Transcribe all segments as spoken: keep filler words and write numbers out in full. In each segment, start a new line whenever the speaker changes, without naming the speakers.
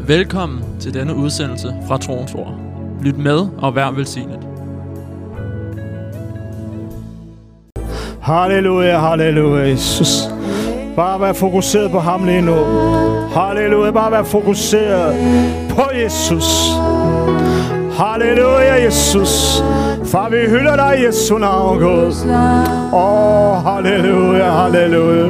Velkommen til denne udsendelse fra Troens Ord. Lyt med og vær velsignet.
Halleluja, halleluja, Jesus. Bare vær fokuseret på ham lige nu. Halleluja, bare vær fokuseret på Jesus. Halleluja, Jesus. Far, vi hylder dig i Jesu navn, Gud. Åh, oh, halleluja, halleluja.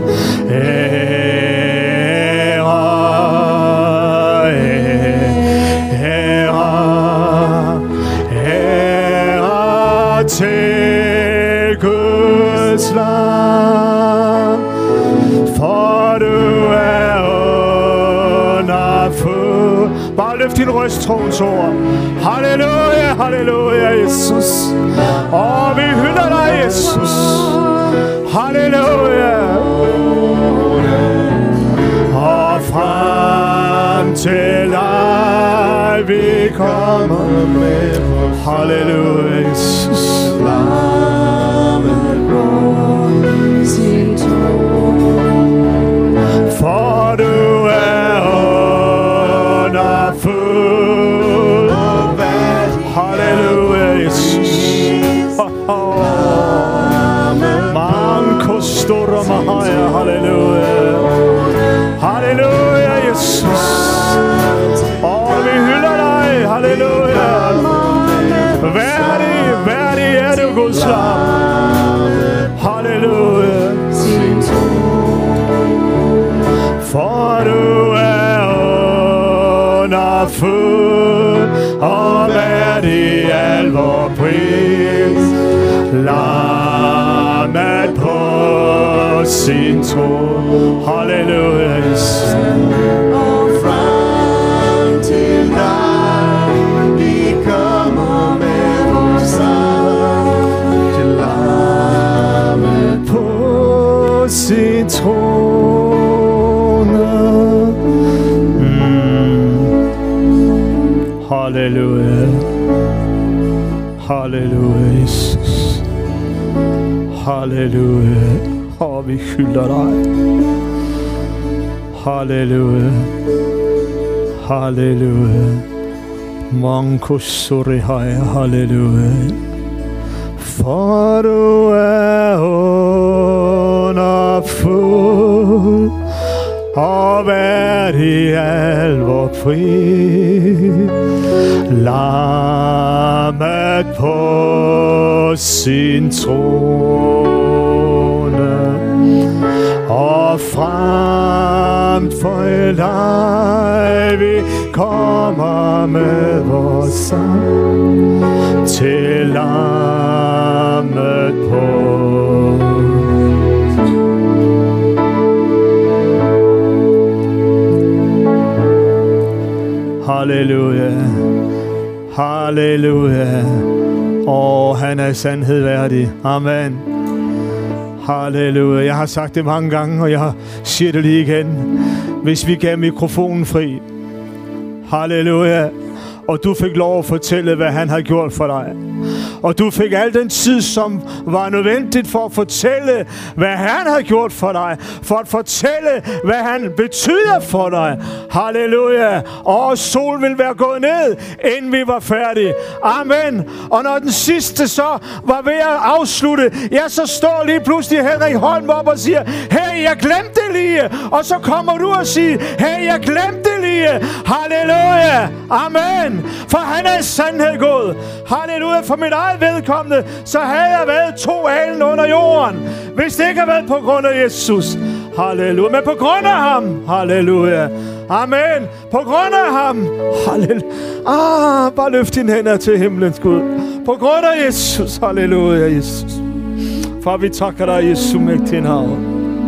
Til Guds land, for du er underfuld. Bare løft din røst, troens ord. Halleluja, halleluja, Jesus. Og vi hylder dig, Jesus. Halleluja. Og frem til dig vi kommer med. Halleluja, Jesus. For du er underfuld. Halleluja, Jesus. Manko stora mahaya. Halleluja. Halleluja, Jesus. Og vi hylder dig. Halleluja. Værdig, værdig er du, Guds lam. Halleluja. For du er underfuld og værdig al vor pris. Lammet på sin tron. Halleluja. Og frem til dig vi kommer med vores sang. Til lammet på sin tron. Mm. Halleluja. Halleluja, Jesus. Halleluja. Og vi hylder dig. Halleluja. Halleluja. Manko surihaya. Halleluja. For du er underfuld og værdig al vor pris. Lammet på sin trone og frem for dig vi kommer med vores sang. Til lammet på. Halleluja. Halleluja. Åh, han er sandhed værdig. Amen. Halleluja. Jeg har sagt det mange gange, og jeg siger det lige igen. Hvis vi gav mikrofonen fri. Halleluja. Og du fik lov at fortælle, hvad han har gjort for dig. Og du fik al den tid, som var nødvendigt for at fortælle, hvad han har gjort for dig. For at fortælle, hvad han betyder for dig. Halleluja. Og solen vil være gået ned, inden vi var færdige. Amen. Og når den sidste så var ved at afslutte, ja, så står lige pludselig Henrik Holm op og siger, hey, jeg glemte det lige. Og så kommer du og siger, hey, jeg glemte det lige. Halleluja. Amen. For han er sandhed god. Halleluja. For mit eget vedkommende, så havde jeg været to alen under jorden, hvis det ikke har været på grund af Jesus. Halleluja. Men på grund af ham. Halleluja. Amen. På grund af ham. Halleluja. Ah, bare løft dine hænder til himlens Gud. På grund af Jesus. Halleluja, Jesus. Far, vi takker dig, Jesu mægtige navn.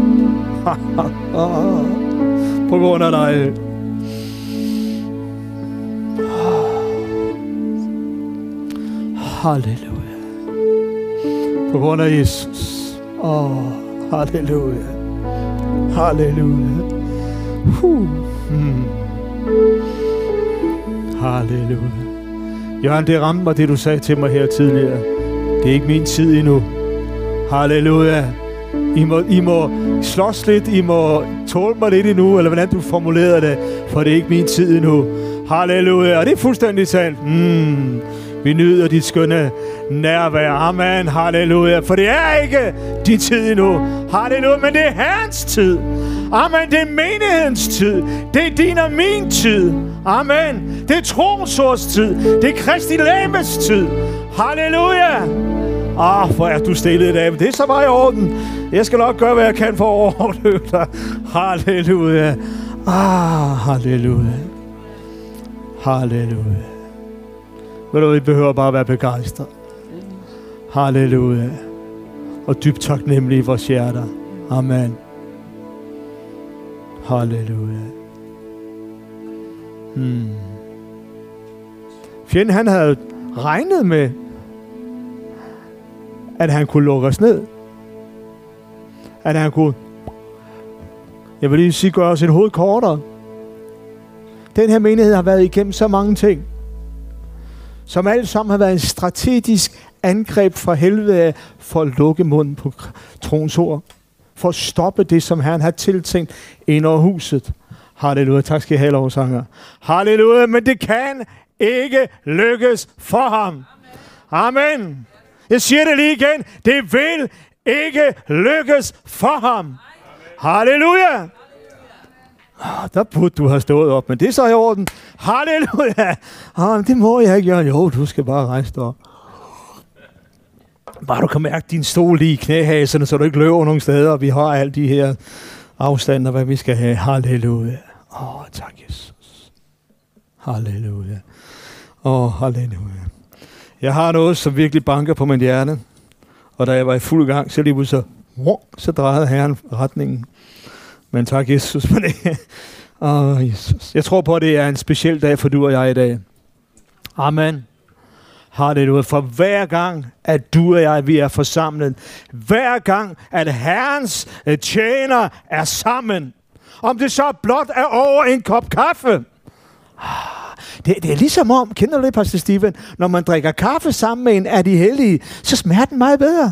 På grund af dig. Halleluja. På grund af Jesus. Åh, oh, halleluja. Halleluja. Uh. Mm. Halleluja. Jørgen, det ramte mig, det du sagde til mig her tidligere. Det er ikke min tid endnu. Halleluja. I må, I må slås lidt, I må tåle mig lidt endnu, eller hvordan du formulerede det, for det er ikke min tid endnu. Halleluja. Og det er fuldstændig sandt. Mm. Vi nyder dit skønne nærvær. Amen. Halleluja. For det er ikke din tid endnu. Halleluja. Men det er Herrens tid. Amen. Det er menighedens tid. Det er din og min tid. Amen. Det er troens ords tid. Det er Kristi legemes tid. Halleluja. Ah, hvor er du stille i dag. Men det er så meget i orden. Jeg skal nok gøre, hvad jeg kan for at overleve dig. Halleluja. Ah, halleluja. Halleluja. Ved du, vi behøver bare at være begejstret. Halleluja. Og dybt taknemmelige i vores hjerter. Amen. Halleluja. Hmm. Fjenden, han havde regnet med, at han kunne lukke os ned. At han kunne, jeg vil lige sige, gøre os et hoved kortere. Den her menighed har været igennem så mange ting, som alle sammen har været en strategisk angreb fra helvede for at lukke munden på troens ord. For at stoppe det, som Herren har tiltænkt ind over huset. Halleluja. Tak skal I have, lovsanger. Halleluja. Men det kan ikke lykkes for ham. Amen. Jeg siger det lige igen. Det vil ikke lykkes for ham. Halleluja. Oh, der burde du have stået op, men det er så i orden. Halleluja. Oh, det må jeg ikke gøre. Jo, du skal bare rejse dig op. Bare du kan mærke din stol lige i knæhaserne, så du ikke løber nogen steder. Vi har alle de her afstander, hvad vi skal have. Halleluja. Åh, oh, tak Jesus. Halleluja. Åh, oh, halleluja. Jeg har noget, som virkelig banker på min hjerte. Og da jeg var i fuld gang, så lige så, så drejede Herren retningen. Men tak Jesus for det. Åh, oh, Jesus. Jeg tror på, at det er en speciel dag for du og jeg i dag. Amen. Halleluja. For hver gang, at du og jeg, vi er forsamlet, hver gang, at Herrens tjener er sammen, om det så blot er over en kop kaffe. Det, det er ligesom om, kender du det, Pastor Steven, når man drikker kaffe sammen med en af de hellige, så smager den meget bedre.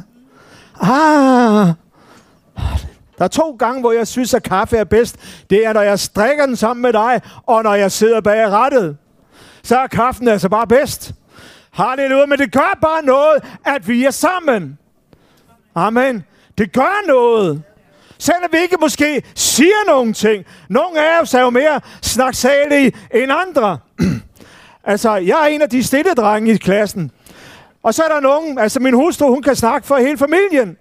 Ah, der er to gange, hvor jeg synes, at kaffe er bedst. Det er, når jeg drikker den sammen med dig, og når jeg sidder bag rattet. Så er kaffen altså bare bedst. Halleluja, men det gør bare noget, at vi er sammen. Amen. Det gør noget. Selvom vi ikke måske siger nogen ting. Nogle af os er jo mere snaksalige end andre. Altså, jeg er en af de stille drenge i klassen. Og så er der nogen, altså min hustru, hun kan snakke for hele familien.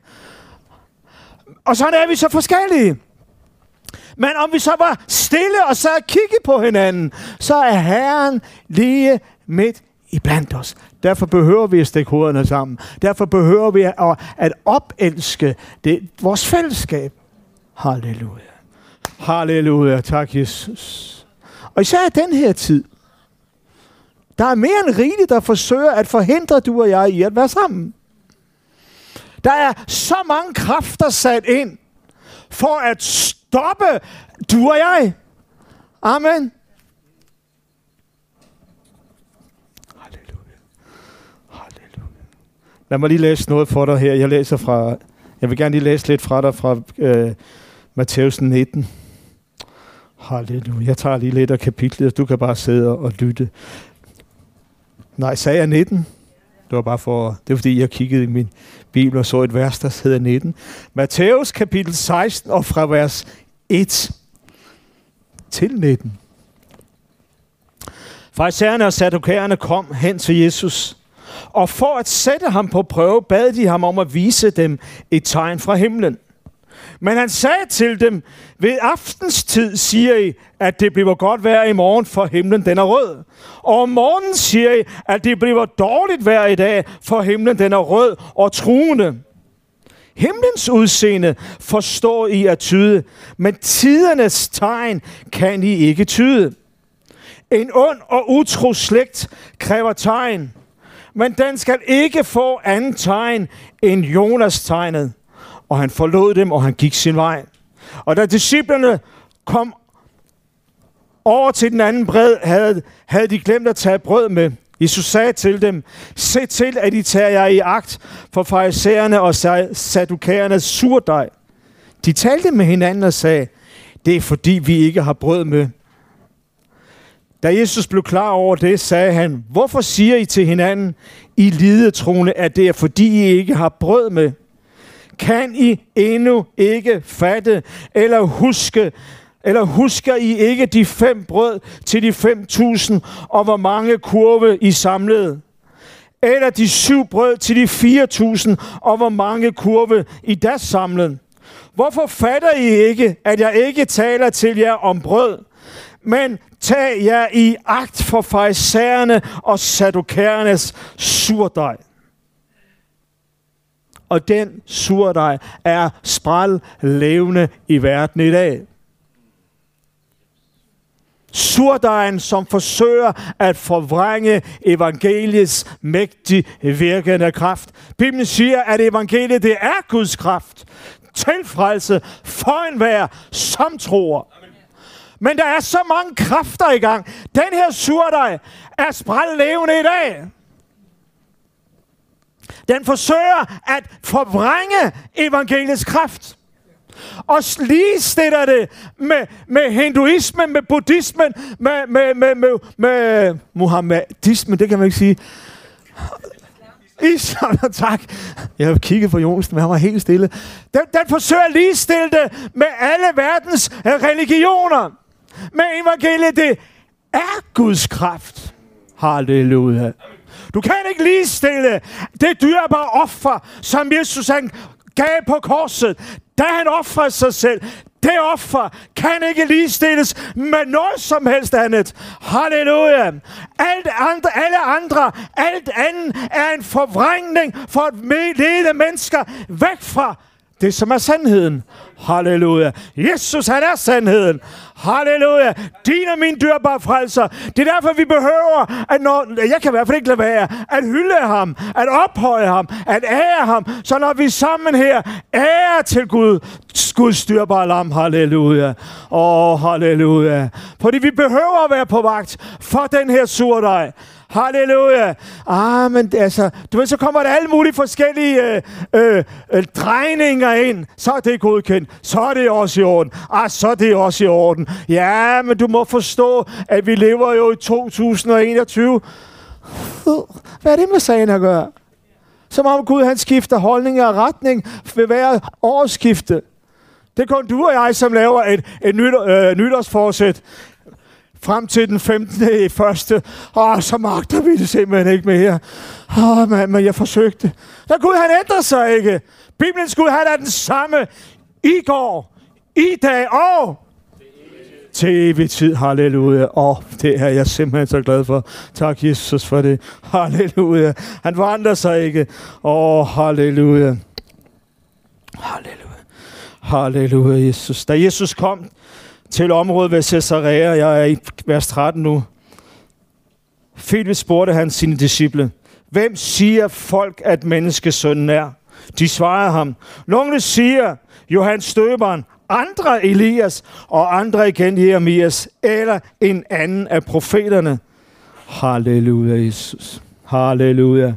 Og sådan er vi så forskellige. Men om vi så var stille og så kigge på hinanden, så er Herren lige midt iblandt os. Derfor behøver vi at stikke hovederne sammen. Derfor behøver vi at, at opelske det, vores fællesskab. Halleluja. Halleluja. Tak, Jesus. Og især i den her tid, der er mere end rigeligt, der forsøger at forhindre du og jeg i at være sammen. Der er så mange kræfter sat ind for at stoppe du og jeg. Amen. Halleluja. Halleluja. Lad mig lige læse noget for dig her. Jeg læser fra, jeg vil gerne lige læse lidt fra dig fra øh, Matthæus nitten. Halleluja. Jeg tager lige lidt af kapitlet, du kan bare sidde og lytte. Nej, sagde jeg nitten? Det var bare for, det var fordi, jeg kiggede i min bibel og så et vers, der hedder nitten. Matthæus kapitel seksten og fra vers et til nitten. Farisæerne og saddukæerne kom hen til Jesus, og for at sætte ham på prøve, bad de ham om at vise dem et tegn fra himlen. Men han sagde til dem, ved aftenstid siger I, at det bliver godt vejr i morgen, for himlen den er rød. Og om morgenen siger I, at det bliver dårligt vejr i dag, for himlen den er rød og truende. Himlens udseende forstår I at tyde, men tidernes tegn kan I ikke tyde. En ond og utro slægt kræver tegn, men den skal ikke få anden tegn end Jonas tegnet. Og han forlod dem, og han gik sin vej. Og da disciplerne kom over til den anden bred, havde, havde de glemt at tage brød med. Jesus sagde til dem, se til, at I tager jer i agt for farisæerne og saddukæernes surdej. De talte med hinanden og sagde, det er fordi, vi ikke har brød med. Da Jesus blev klar over det, sagde han, hvorfor siger I til hinanden, I lidetroende, at det er fordi, I ikke har brød med? Kan I endnu ikke fatte eller huske, eller husker I ikke de fem brød til de fem tusind, og hvor mange kurve I samlede? Eller de syv brød til de fire tusind, og hvor mange kurve I da samlede? Hvorfor fatter I ikke, at jeg ikke taler til jer om brød, men tag jer i agt for farisæerne og saddukæernes surdej? Og den surdej er spræl levende i verden i dag. Surdejen, som forsøger at forvrænge evangeliets mægtig virkende kraft. Bibelen siger, at evangeliet det er Guds kraft til frelse for enhver, som tror. Men der er så mange kræfter i gang. Den her surdej er spræl levende i dag. Den forsøger at forvrænge evangeliets kraft. Og ligestiller det med, med hinduismen, med buddhismen, med, med, med, med, med muhammadismen, det kan man ikke sige. Islam, tak. Jeg har kigget på Jonsen, men han var helt stille. Den, den forsøger at ligestille det med alle verdens religioner. Men evangeliet, det er Guds kraft. Halleluja. Du kan ikke ligestille det dyrebare offer, som Jesus han gav på korset, da han offrede sig selv. Det offer kan ikke ligestilles med noget som helst andet. Halleluja. Alt andre, alle andre, alt andet er en forvrængning for at lede mennesker væk fra det, som er sandheden. Halleluja. Jesus, han er sandheden. Halleluja. Din og min dyrbare frelser. Det er derfor, vi behøver, at når, jeg kan i hvert fald ikke lade være, at hylde ham, at ophøje ham, at ære ham. Så når vi sammen her ærer til Gud, Guds dyrbare lam. Halleluja. Åh, oh, halleluja. Fordi vi behøver at være på vagt for den her surdej. Halleluja. Ah, men altså, du ved, så kommer der alle mulige forskellige øh, øh, øh, drejninger ind. Så er det godkendt. Så er det også i orden. Ah, så er det også i orden. Ja, men du må forstå, at vi lever jo i to tusind og enogtyve. Hvad er det med sagen at gøre? Som om Gud, han skifter holdning og retning ved hver årsskifte. Det er kun du og jeg, som laver et, et nyt, øh, nytårsforsæt. Frem til den femtende i første. Åh, så magter vi det simpelthen ikke mere. Åh, mand, men jeg forsøgte. Så Gud, han ændrer sig ikke. Bibelens Gud, han er den samme i går, i dag og til evig tid. Halleluja. Åh, det er jeg simpelthen så glad for. Tak, Jesus, for det. Halleluja. Han forandrer sig ikke. Åh, halleluja. Halleluja. Halleluja, Jesus. Da Jesus kom til området ved Caesarea, jeg er i vers tretten nu. Filip spurgte han sine disciple, hvem siger folk, at menneskesønnen er? De svarede ham, nogle siger Johannes Døberen, andre Elias, og andre igen Jeremias, eller en anden af profeterne. Halleluja, Jesus. Halleluja.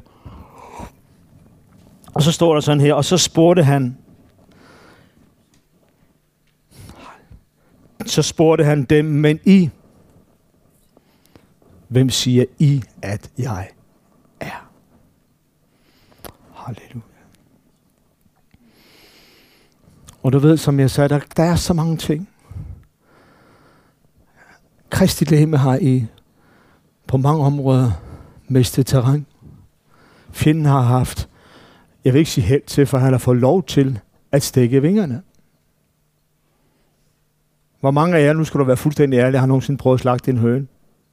Og så står der sådan her, og så spurgte han, Så spurgte han dem, men I, hvem siger I, at jeg er? Halleluja. Og du ved, som jeg sagde, der, der er så mange ting. Kristi legeme har i på mange områder mistet terræn. Fjenden har haft, jeg vil ikke sige held til, for han har fået lov til at stikke vingerne. Hvor mange af jer, nu skal du være fuldstændig ærlig, har nogensinde prøvet at slagte en høne?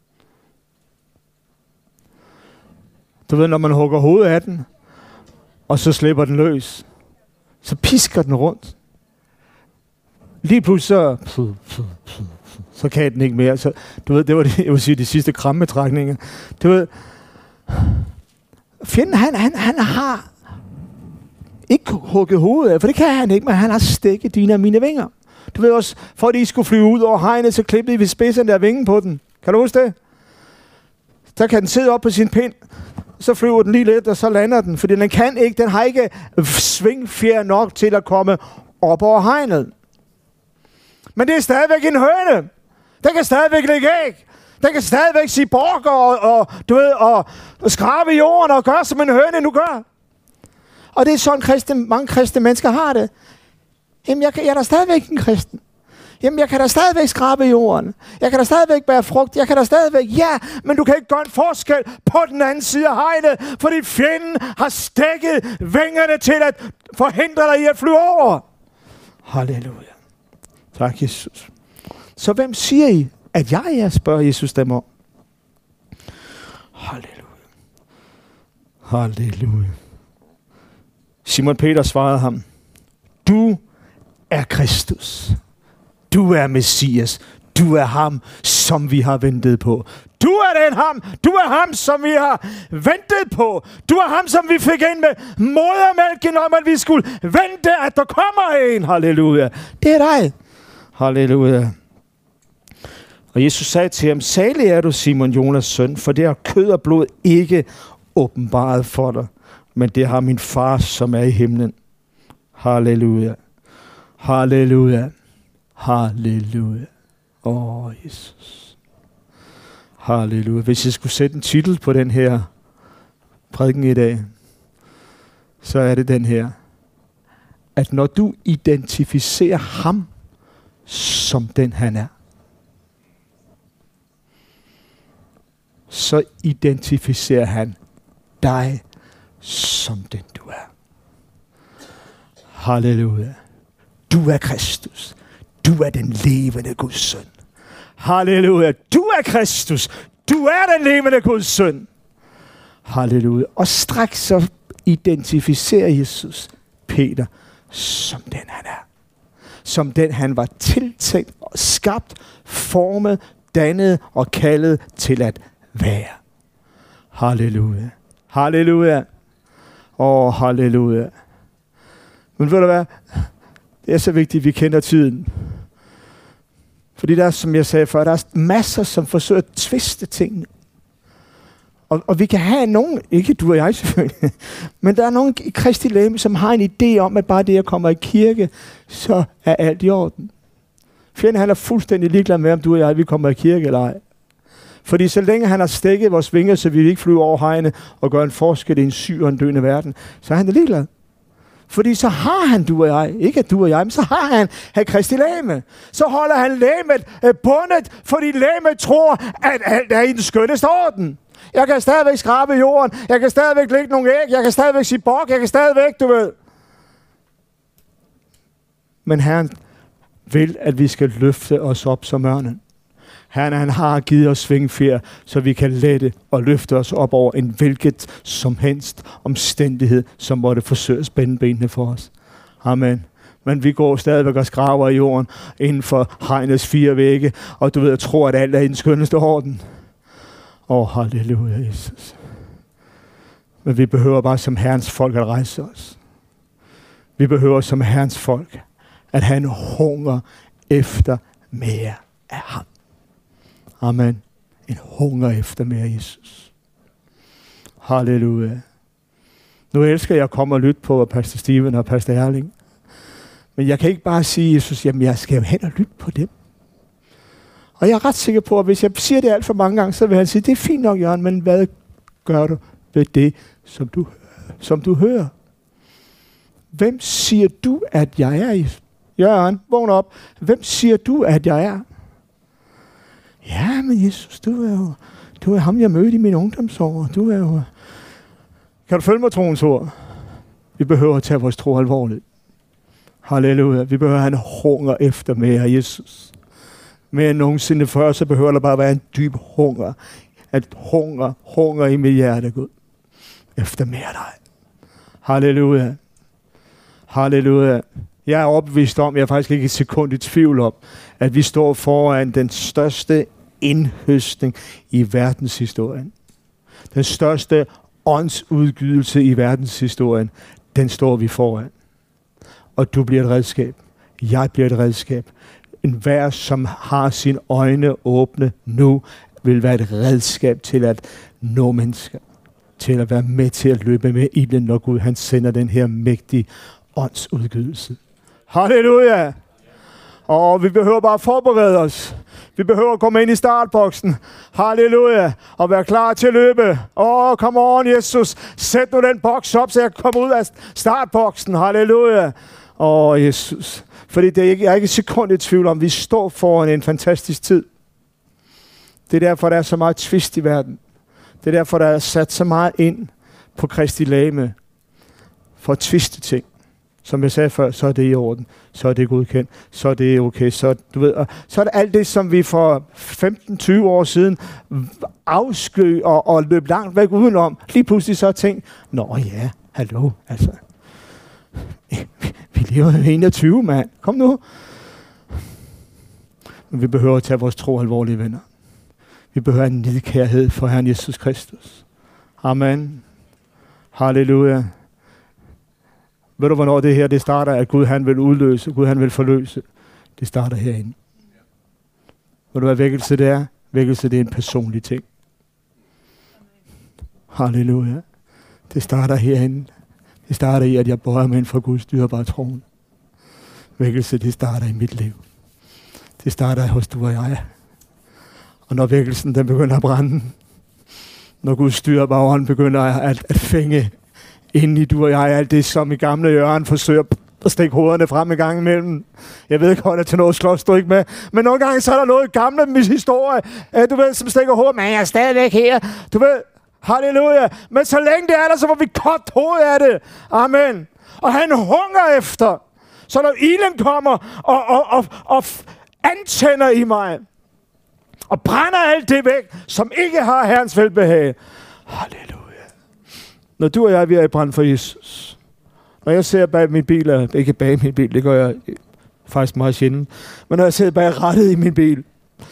Du ved, når man hugger hovedet af den, og så slipper den løs, så pisker den rundt. Lige pludselig så, så kan den ikke mere. Så, du ved, det var det, jeg vil sige, de sidste krammetrækninger. Du ved, fjenden, han, han, han har ikke hugget hovedet af, for det kan han ikke, men han har stikket dine og mine vinger. Du ved også, for at de skulle flyve ud over hegnet, så klippede vi spidsen der vingen på den. Kan du huske det? Så kan den sidde op på sin pind, så flyver den lige lidt, og så lander den. Fordi den kan ikke, den har ikke svingfjer nok til at komme op over hegnet. Men det er stadigvæk en høne. Den kan stadigvæk lægge æg. Den kan stadigvæk sige borg og, og, du ved, og, og skrabe i jorden og gøre, som en høne nu gør. Og det er sådan, kristne, mange kristne mennesker har det. Jamen, jeg, kan, jeg er da stadigvæk en kristen. Jamen, jeg kan da stadigvæk skrabe i jorden. Jeg kan da stadigvæk bære frugt. Jeg kan da stadigvæk, ja, men du kan ikke gøre en forskel på den anden side af hegnet, fordi fjenden har stækket vingerne til at forhindre dig i at flyve over. Halleluja. Tak, Jesus. Så hvem siger I, at jeg er, spørger Jesus dem om. Halleluja. Halleluja. Simon Peter svarede ham, du er Kristus. Du er Messias. Du er ham, som vi har ventet på. Du er den ham. Du er ham, som vi har ventet på. Du er ham, som vi fik ind med modermælken om, at vi skulle vente, at der kommer en. Halleluja. Det er dig. Halleluja. Og Jesus sagde til ham, salig er du, Simon Jonas søn, for det har kød og blod ikke åbenbaret for dig, men det har min far, som er i himlen. Halleluja. Halleluja. Halleluja. Åh, oh, Jesus. Halleluja. Hvis jeg skulle sætte en titel på den her prædiken i dag, så er det den her. At når du identificerer ham som den han er, så identificerer han dig som den du er. Halleluja. Du er Kristus. Du er den levende Guds søn. Halleluja. Du er Kristus. Du er den levende Guds søn. Halleluja. Og straks så identificerer Jesus Peter som den han er. Som den han var tiltænkt og skabt, formet, dannet og kaldet til at være. Halleluja. Halleluja. Åh, oh, halleluja. Men ved du hvad? Det er så vigtigt, at vi kender tiden. Fordi der er, som jeg sagde før, der er masser, som forsøger at tviste tingene. Og, og vi kan have nogen, ikke du og jeg selvfølgelig, men der er nogen i Kristi legeme, som har en idé om, at bare det, at kommer i kirke, så er alt i orden. Fjenden, han er fuldstændig ligeglad med, om du og jeg, vi kommer i kirke eller ej. Fordi så længe han har stækket vores vinger, så vi ikke flyver over hegnet og gør en forskel i en syg og en døende verden, så er han da ligeglad. Fordi så har han du og jeg, ikke at du og jeg, men så har han her Kristi legeme. Så holder han legemet øh, bundet, fordi legemet tror, at alt er i den skønneste orden. Jeg kan stadigvæk skrabe jorden, jeg kan stadigvæk lægge nogle æg, jeg kan stadigvæk sige bok, jeg kan stadigvæk, du ved. Men Herren vil, at vi skal løfte os op som ørnen. Herren, han har givet os svingfjer, så vi kan lette og løfte os op over en hvilket som helst omstændighed, som måtte forsøge at spænde benene for os. Amen. Men vi går stadigvæk og skraber i jorden inden for hegnets fire vægge, og du ved, jeg tror, at alt er i den skønneste orden. Åh, oh, halleluja, Jesus. Men vi behøver bare som Herrens folk at rejse os. Vi behøver som Herrens folk at have en hunger efter mere af ham. Amen. En hunger efter mere Jesus. Halleluja. Nu elsker jeg at komme og lytte på Pastor Steven og Pastor Erling. Men jeg kan ikke bare sige, Jesus, jamen jeg skal jo hen og lytte på dem. Og jeg er ret sikker på, at hvis jeg siger det alt for mange gange, så vil han sige, det er fint nok, Jørgen, men hvad gør du ved det, som du, som du hører? Hvem siger du, at jeg er? Jørgen, vågn op. Hvem siger du, at jeg er? Ja, men Jesus, du er jo du er ham, jeg mødte i mine ungdomsår. Du er jo... Kan du følge mig, troens ord? Vi behøver at tage vores tro alvorligt. Halleluja. Vi behøver at have en hunger efter mere Jesus. Mere end nogensinde før, så behøver der bare være en dyb hunger. At hunger, hunger i mit hjerte, Gud. Efter mere dig. Halleluja. Halleluja. Jeg er overbevist om, jeg er faktisk ikke et sekund i tvivl om, at vi står foran den største indhøstning i verdenshistorien. Den største åndsudgydelse i verdenshistorien, den står vi foran. Og du bliver et redskab. Jeg bliver et redskab. En hver, som har sine øjne åbne nu, vil være et redskab til at nå mennesker. Til at være med til at løbe med ilden, når Gud han sender den her mægtige åndsudgydelse. Halleluja! Åh, Og vi behøver bare at forberede os. Vi behøver at komme ind i startboksen. Halleluja. Og være klar til at løbe. Åh, oh, come on, Jesus. Sæt nu den boks op, så jeg kan komme ud af startboksen. Halleluja. Åh, oh, Jesus. Fordi det er ikke, jeg er ikke et sekund i tvivl om, vi står foran en fantastisk tid. Det er derfor, der er så meget twist i verden. Det er derfor, der er sat så meget ind på Kristi legeme for at twiste ting. Som jeg sagde før, så er det i orden, så er det godkendt, så er det okay, så, du ved, og så er det alt det, som vi for femten til tyve år siden afskød og, og løb langt væk udenom. Lige pludselig så tænkte, nå ja, hallo, altså, vi lever jo enogtyve, mand, kom nu. Men vi behøver at tage vores tro alvorlige, venner. Vi behøver en nidkærhed for Herren Jesus Kristus. Amen. Halleluja. Ved du, hvornår det her det starter, at Gud han vil udløse, Gud han vil forløse? Det starter herinde. Ved du, hvad vækkelse det er? Vækkelse det er en personlig ting. Halleluja. Det starter herinde. Det starter i, at jeg bøjer mig ind for Guds dyrebare trone. Vækkelse, det starter i mit liv. Det starter hos du og jeg. Og når vækkelsen den begynder at brænde, når Guds dyrebare ånd begynder at, at fænge ind i du og jeg, alt det, som i gamle Jørgen forsøger at stikke hovederne frem en gang imellem. Jeg ved godt, at til noget slås du ikke med. Men nogle gange så er der noget i gamle mis historie, du ved, som stikker hovedet. Men jeg er stadigvæk her. Du ved, halleluja. Men så længe det er der, så får vi kort hovedet af det. Amen. Og han hunger efter. Så når ilden kommer og, og, og, og antænder i mig, og brænder alt det væk, som ikke har Herrens velbehag. Halleluja. Når du og jeg vi er i brand for Jesus. Når jeg ser bag min bil, eller ikke bag min bil, det gør jeg faktisk meget sjældent. Men når jeg sidder bag rattet i min bil,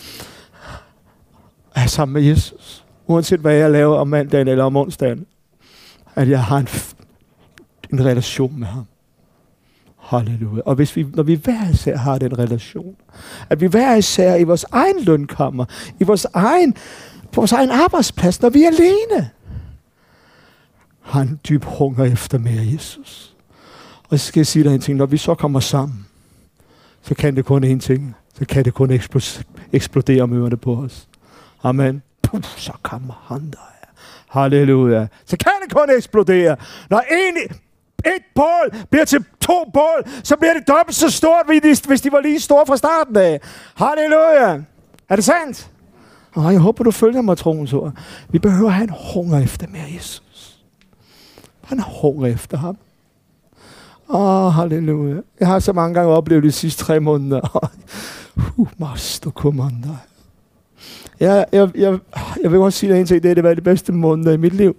er jeg sammen med Jesus. Uanset hvad jeg laver om mandagen eller om onsdagen. At jeg har en, en relation med ham. Halleluja. Og hvis vi, når vi hver især har den relation, at vi hver især i vores egen lønkammer, i vores egen, på vores egen arbejdsplads, når vi er alene, har en dyb hunger efter mere Jesus. Og så skal jeg sige dig en ting, når vi så kommer sammen, så kan det kun en ting, så kan det kun eksplodere om ørerne på os. Amen. Puh, så kommer han der. Halleluja. Så kan det kun eksplodere. Når en et bål bliver til to bål, så bliver det dobbelt så stort, hvis de var lige store fra starten af. Halleluja. Er det sandt? Og jeg håber, du følger mig, troens ord. Vi behøver at have en hunger efter mere Jesus. Han har hunger efter ham. Åh, oh, halleluja. Jeg har så mange gange oplevet de sidste tre måneder. Uh, master kommando. Jeg, jeg, jeg, jeg vil godt sige dig en ting, det er det været de bedste måneder i mit liv.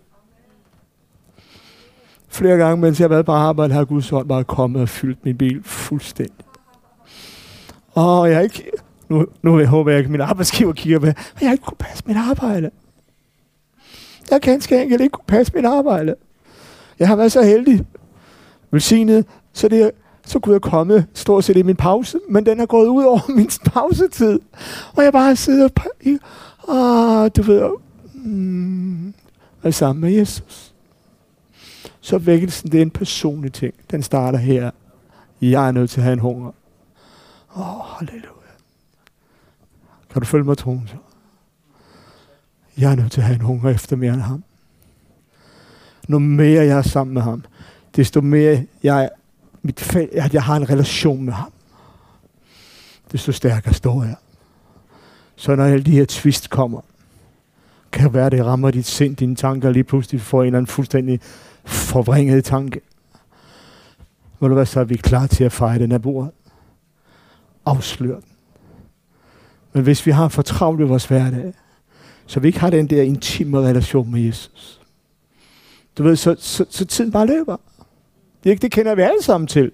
Flere gange, mens jeg har været på arbejde, har Guds ånd bare kommet og fyldt min bil fuldstændig. Og jeg har ikke... Nu, nu jeg håber jeg ikke, at min arbejdsgiver kigger med, men jeg har ikke kunne passe mit arbejde. Jeg kan ganske enkelt ikke kunne passe mit arbejde. Jeg har været så heldig, velsignet, så, det, så kunne jeg komme stort set i min pause, men den er gået ud over min pausetid. Og jeg bare sidder og, du ved, mm, er sammen med Jesus. Så vækkelsen, det er en personlig ting. Den starter her. Jeg er nødt til at have en hunger. Åh, oh, halleluja. Kan du følge mig, troen så? Jeg er nødt til at have en hunger efter mere end ham. Nu mere jeg er sammen med ham, desto mere jeg, mit fæld, at jeg har en relation med ham, desto stærkere står jeg. Så når alle de her twist kommer, kan det være, det rammer dit sind, dine tanker, og lige pludselig får en eller anden fuldstændig forvrænget tanke. Må du være så, er vi klar til at fejre den af bordet? Afslør den. Men hvis vi har for travlt i vores hverdag, så vi ikke har den der intime relation med Jesus, du ved, så, så, så tiden bare løber. Det, det kender vi alle sammen til.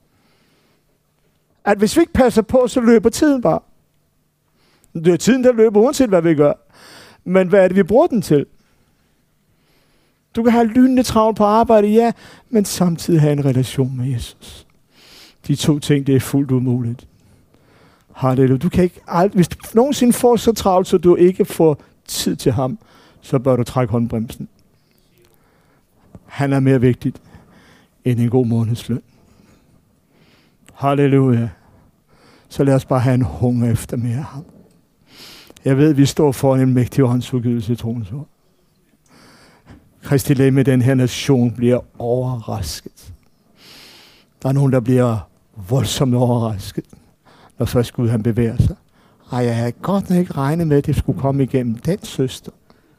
At hvis vi ikke passer på, så løber tiden bare. Det er tiden, der løber, uanset hvad vi gør. Men hvad er det, vi bruger den til? Du kan have lynende travlt på arbejde, ja, men samtidig have en relation med Jesus. De to ting, det er fuldt umuligt. Halleluja. Du kan ikke ald- Hvis du nogensinde får så travlt, så du ikke får tid til ham, så bør du trække håndbremsen. Han er mere vigtigt end en god månedsløn. Halleluja. Så lad os bare have en hunger efter mere af ham. Jeg ved, at vi står foran en mægtig åndsudgivelse i troens ord. Kristi legeme i den her nation bliver overrasket. Der er nogen, der bliver voldsomt overrasket, når først Gud han bevæger sig. Ej, jeg havde godt nok ikke regnet med, at det skulle komme igennem den søster.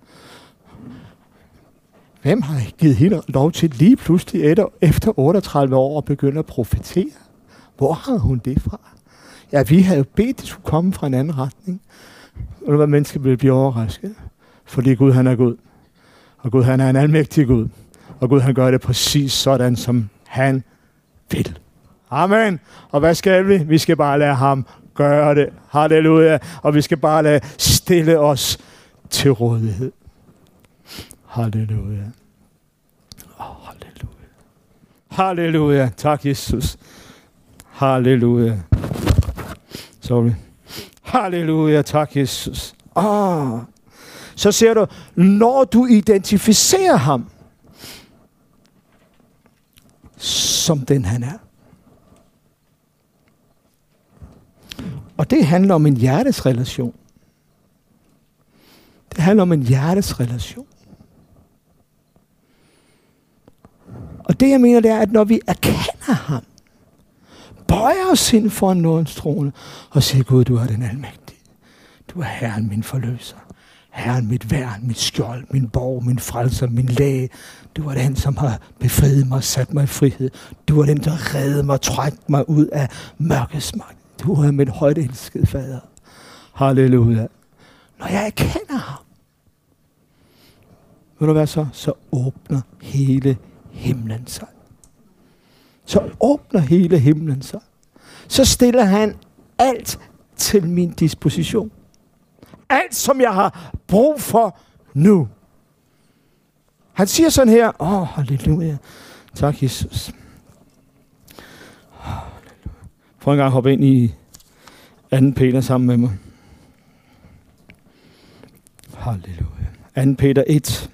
Hvem har givet hende lov til lige pludselig efter otteogtredive år at begynde at profetere? Hvor har hun det fra? Ja, vi havde jo bedt, at det skulle komme fra en anden retning. Og hvad mennesker vil blive overrasket. Fordi Gud han er Gud. Og Gud han er en almægtig Gud. Og Gud han gør det præcis sådan, som han vil. Amen. Og hvad skal vi? Vi skal bare lade ham gøre det. Halleluja. Og vi skal bare lade stille os til rådighed. Halleluja. Oh, halleluja. Halleluja. Tak, Jesus. Halleluja. Sorry. Halleluja. Tak, Jesus. Ah. Så ser du, når du identificerer ham som den han er. Og det handler om en hjertesrelation. Det handler om en hjertesrelation. Og det jeg mener, det er, at når vi erkender ham, bøjer os ind foran nådens trone og siger, Gud, du er den almægtige. Du er Herren, min forløser. Herren, mit værn, mit skjold, min borg, min frelser, min læge. Du er den, som har befriet mig og sat mig i frihed. Du er den, der reddede mig og trækte mig ud af mørkets magt. Du er mit højt elskede fader. Halleluja. Når jeg erkender ham, ved du hvad så? Så åbner hele himlen sig. Så åbner hele himlen sig. Så stiller han alt til min disposition. Alt, som jeg har brug for nu. Han siger sådan her. Åh, oh, halleluja. Tak, Jesus. Halleluja. Prøv en gang at hoppe ind i anden Peter sammen med mig. Halleluja. anden Peter et.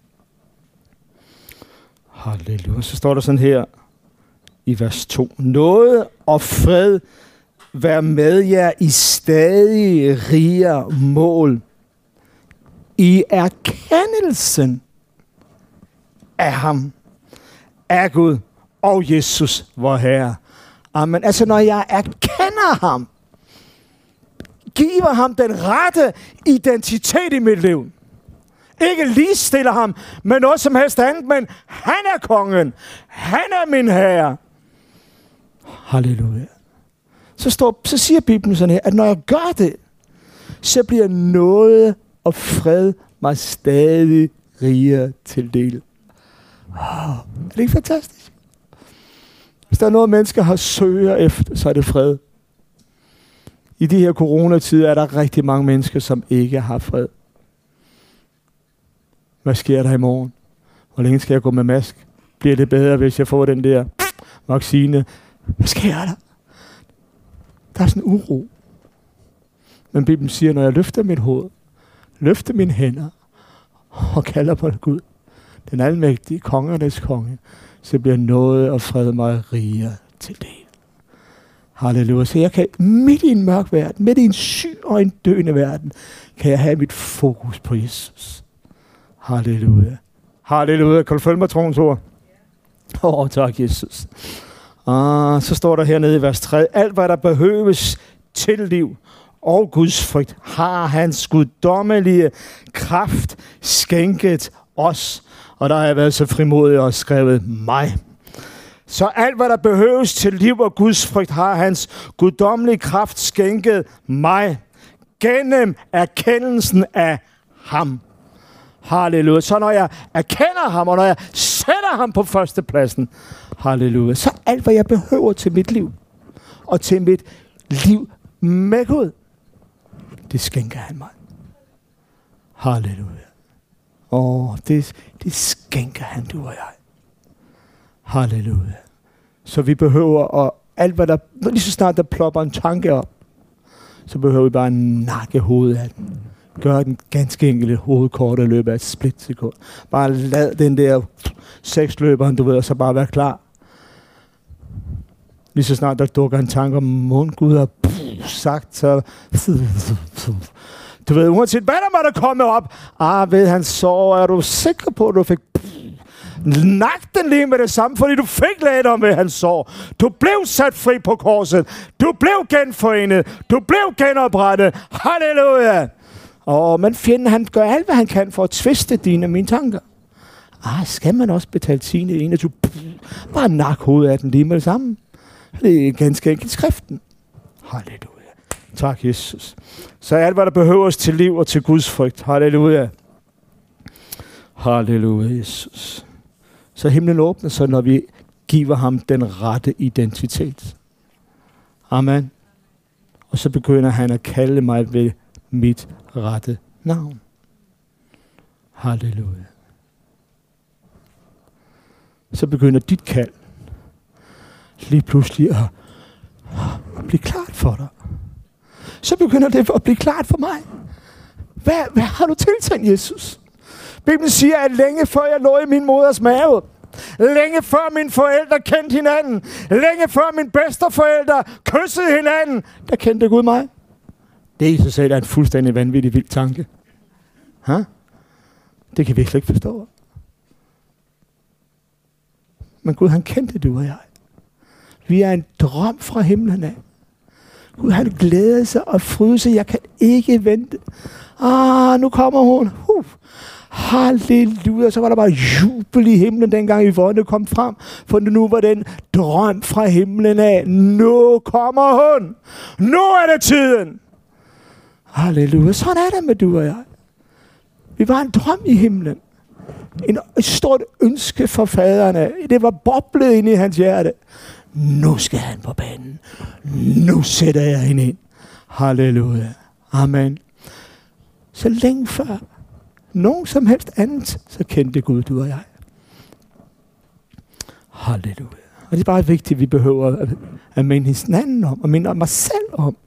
Halleluja. Så står der sådan her i vers to. Nåde og fred vær med jer i stadig rigere mål i erkendelsen af ham, af Gud og Jesus, vor Herre. Amen. Altså når jeg erkender ham, giver ham den rette identitet i mit liv. Ikke ligestiller ham med noget som helst andet, men han er kongen. Han er min herre. Halleluja. Så, står, så siger Bibelen sådan her, at når jeg gør det, så bliver nåde og fred mig stadig rigere til del. Wow. Er det ikke fantastisk? Hvis der er noget, mennesker har søger efter, så er det fred. I de her coronatider er der rigtig mange mennesker, som ikke har fred. Hvad sker der i morgen? Hvor længe skal jeg gå med mask? Bliver det bedre, hvis jeg får den der vaccine? Hvad sker der? Der er sådan en uro. Men Bibelen siger, når jeg løfter mit hoved, løfter mine hænder og kalder på Gud, den almægtige kongernes konge, så bliver noget og fred mig rigere til det. Halleluja. Så jeg kan midt i en mørk verden, midt i en syg og en døende verden, kan jeg have mit fokus på Jesus. Halleluja. Halleluja. Kan du følge mig, troens ord? Åh, oh, tak, Jesus. Ah, så står der hernede i vers tre. Alt, hvad der behøves til liv og Guds frygt, har hans guddommelige kraft skænket os. Og der har jeg været så frimodig og skrevet mig. Så alt, hvad der behøves til liv og Guds frygt, har hans guddommelige kraft skænket mig. Gennem erkendelsen af ham. Halleluja. Så når jeg erkender ham, og når jeg sætter ham på førstepladsen, halleluja, så alt, hvad jeg behøver til mit liv, og til mit liv med Gud, det skænker han mig. Halleluja. Åh, det, det skænker han, du og jeg. Halleluja. Så vi behøver, og alt hvad der, lige så snart der plopper en tanke op, så behøver vi bare en nakke hovedet af den. Gør den ganske enkelt hovedkort og løbe af et splitsekund. Bare lad den der seksløberen, du ved, og så bare være klar. Lige så snart der dukker en tanke om mund, Gud, og pff, sagt, så... Du ved, uanset hvad der måtte komme op, ah, ved han så, er du sikker på, at du fik nagt den lige med det samme, fordi du fik lægedom ved hans sår. Du blev sat fri på korset. Du blev genforenet. Du blev genoprettet. Halleluja! Og men fjenden, han gør alt, hvad han kan for at tviste dine og mine tanker. Ah, skal man også betale tiende enogtyve? Bare nak hovedet af den lige med det samme. Det er ganske enkelt skriften. Halleluja. Tak, Jesus. Så alt, hvad der behøves til liv og til Guds frygt. Halleluja. Halleluja, Jesus. Så himlen åbner sig, når vi giver ham den rette identitet. Amen. Og så begynder han at kalde mig ved mit rette navn. Halleluja. Så begynder dit kald lige pludselig at, at blive klart for dig. Så begynder det at blive klart for mig. Hvad, hvad har du tiltænkt, Jesus? Bibelen siger, at længe før jeg lå i min moders mave, længe før mine forældre kendte hinanden, længe før mine bedsteforældre kyssede hinanden, der kendte Gud mig. Det i sig selv er en fuldstændig vanvittig vild tanke. Ha? Det kan vi slet ikke forstå. Men Gud, han kendte du og jeg. Vi er en drøm fra himlen af. Gud, han glæder sig og fryder sig. Jeg kan ikke vente. Ah, nu kommer hun. Uh. Halleluja. Så var der bare jubel i himlen, dengang Yvonne kom frem. For nu var den drøm fra himlen af. Nu kommer hun. Nu er det tiden. Halleluja. Sådan er det med du og jeg. Vi var en drøm i himlen. En, et stort ønske for faderne. Det var boblet inde i hans hjerte. Nu skal han på banen. Nu sætter jeg hende ind. Halleluja. Amen. Så længe før nogen som helst andet, så kendte Gud, du og jeg. Halleluja. Og det er bare vigtigt, at vi behøver at, at minde hinanden om, og minde mig selv om.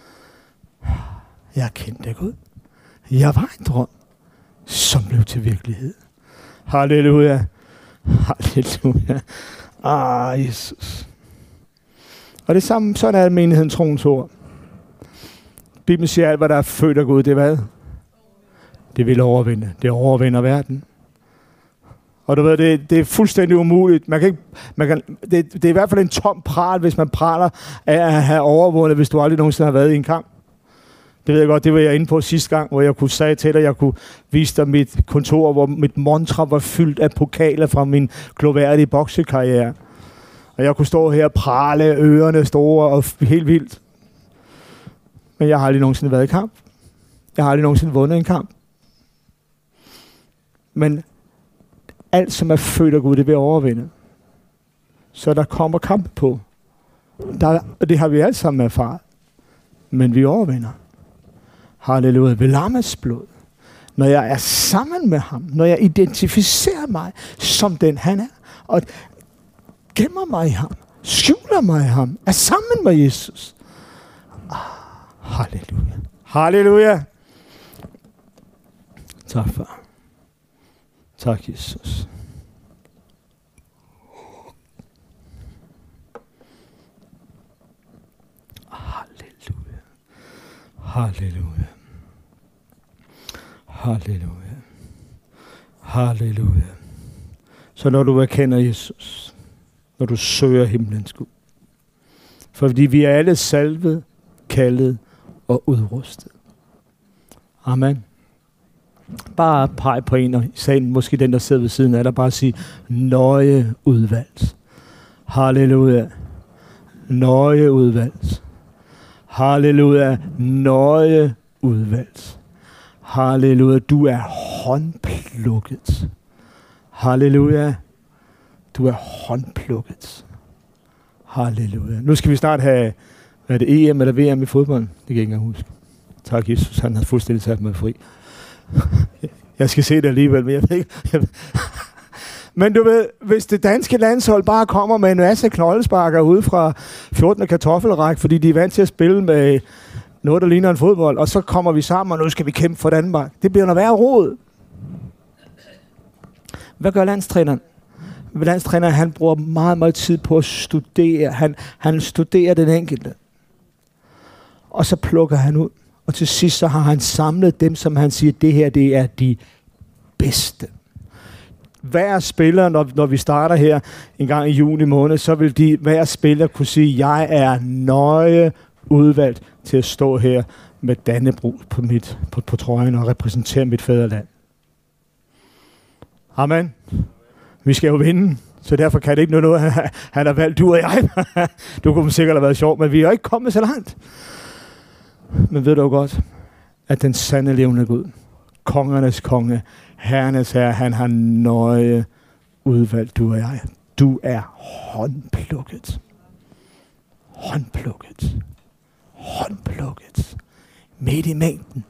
Jeg kendte Gud. Jeg var en drøm, som blev til virkelighed. Halleluja. Halleluja. Ah, Jesus. Og det samme, sådan er menigheden troens ord. Bibelen siger, alt hvad der er født af Gud, det er hvad? Det vil overvinde. Det overvinder verden. Og du ved, det, det er fuldstændig umuligt. Man kan ikke, man kan, det, det er i hvert fald en tom pral, hvis man praler af at have overvundet, hvis du aldrig nogensinde har været i en kamp. Det ved jeg godt, det var jeg inde på sidste gang, hvor jeg kunne sige til dig, at jeg kunne vise dig mit kontor, hvor mit montre var fyldt af pokaler fra min gloværdige boksekarriere. Og jeg kunne stå her og prale, ørerne store og helt vildt. Men jeg har aldrig nogensinde været i kamp. Jeg har aldrig nogensinde vundet en kamp. Men alt, som er født af Gud, det vil overvinde. Så der kommer kamp på. Der, og det har vi alle sammen erfaret. Men vi overvinder. Halleluja. Ved lammets blod. Når jeg er sammen med ham. Når jeg identificerer mig som den han er. Og gemmer mig i ham. Skjuler mig i ham. Er sammen med Jesus. Ah, halleluja. Halleluja. Tak, far. Tak, Jesus. Halleluja. Halleluja. Halleluja. Halleluja. Så når du erkender Jesus, når du søger himlens Gud, fordi vi er alle salvet, kaldet og udrustet. Amen. Bare pege på en, og i salen, måske den, der sidder ved siden af dig, bare sige, nøje udvalgt. Halleluja. Nøje udvalgt. Halleluja. Nøje udvalgt. Halleluja. Du er håndplukket. Halleluja. Du er håndplukket. Halleluja. Nu skal vi snart have, hvad er det, E M eller V M i fodbold? Det kan jeg ikke engang huske. Tak, Jesus. Han har fuldstændig sat mig fri. Jeg skal se det alligevel, men jeg ved ikke. Jeg... Men du ved, hvis det danske landshold bare kommer med en masse knoldesparker ude fra fjortende kartoffelræk, fordi de er vant til at spille med noget, der ligner en fodbold, og så kommer vi sammen, og nu skal vi kæmpe for Danmark. Det bliver noget værre rod. Hvad gør landstræneren? Landstræneren, han bruger meget, meget tid på at studere. Han, han studerer den enkelte. Og så plukker han ud. Og til sidst så har han samlet dem, som han siger, det her, det er de bedste. Hver spiller, når, når vi starter her en gang i juni måned, så vil de, hver spiller kunne sige, jeg er nøje udvalgt til at stå her med Dannebrog på, mit, på, på trøjen og repræsentere mit fædreland. Amen. Vi skal jo vinde, så derfor kan det ikke noget, han, han har valgt, du og jeg. Du kunne sikkert have været sjov, men vi er jo ikke kommet så langt. Men ved du godt, at den sande levende Gud, kongernes konge, herrenes herre, han har nøje udvalgt, du og jeg. Du er håndplukket. Håndplukket. Håndplukket. Midt i mængden.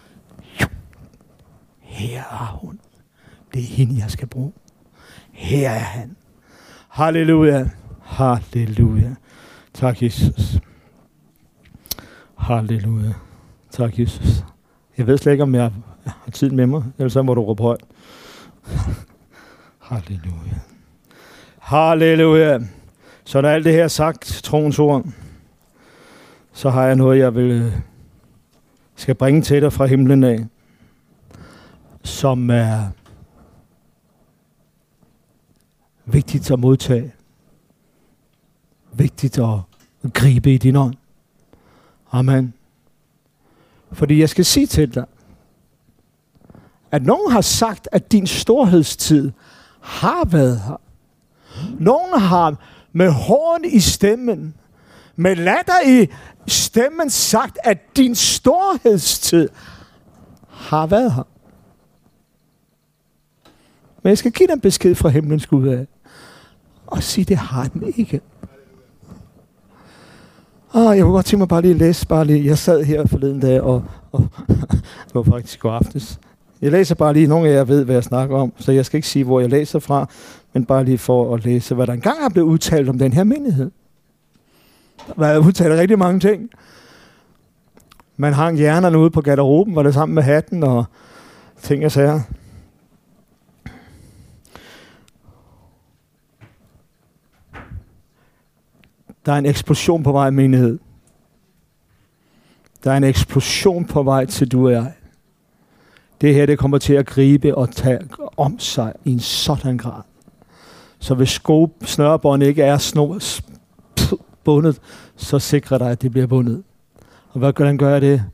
Her er hun. Det er hende, jeg skal bruge. Her er han. Halleluja. Halleluja. Tak, Jesus. Halleluja. Tak, Jesus. Jeg ved slet ikke, om jeg har tiden med mig, ellers så må du råbe højt. Halleluja. Halleluja. Så når alt det her er sagt, troens ord, så har jeg noget, jeg vil skal bringe til dig fra himlen af, som er vigtigt at modtage. Vigtigt at gribe i din ånd. Amen. Fordi jeg skal sige til dig, at nogen har sagt, at din storhedstid har været her. Nogen har med horn i stemmen, med latter i stemmen sagt, at din storhedstid har været her. Men jeg skal give dig en besked fra himlens Gud af, og sige, det har den ikke. Ah, jeg kunne godt tænke mig bare lige at læse, bare lige. Jeg sad her forleden dag, og, og det var faktisk god aftes. Jeg læser bare lige, nogle af jer ved, hvad jeg snakker om, så jeg skal ikke sige, hvor jeg læser fra, men bare lige for at læse, hvad der engang er blevet udtalt om den her menighed. Der er udtalt rigtig mange ting. Man hang hjernerne ude på garderoben, var det sammen med hatten og ting og sager. Der er en eksplosion på vej i menighed. Der er en eksplosion på vej til du og jeg. Det her, det kommer til at gribe og tage om sig i en sådan grad. Så hvis sko snørebånd ikke er snor, bundet, så sikrer dig, at det bliver bundet. Og hvordan gør jeg det?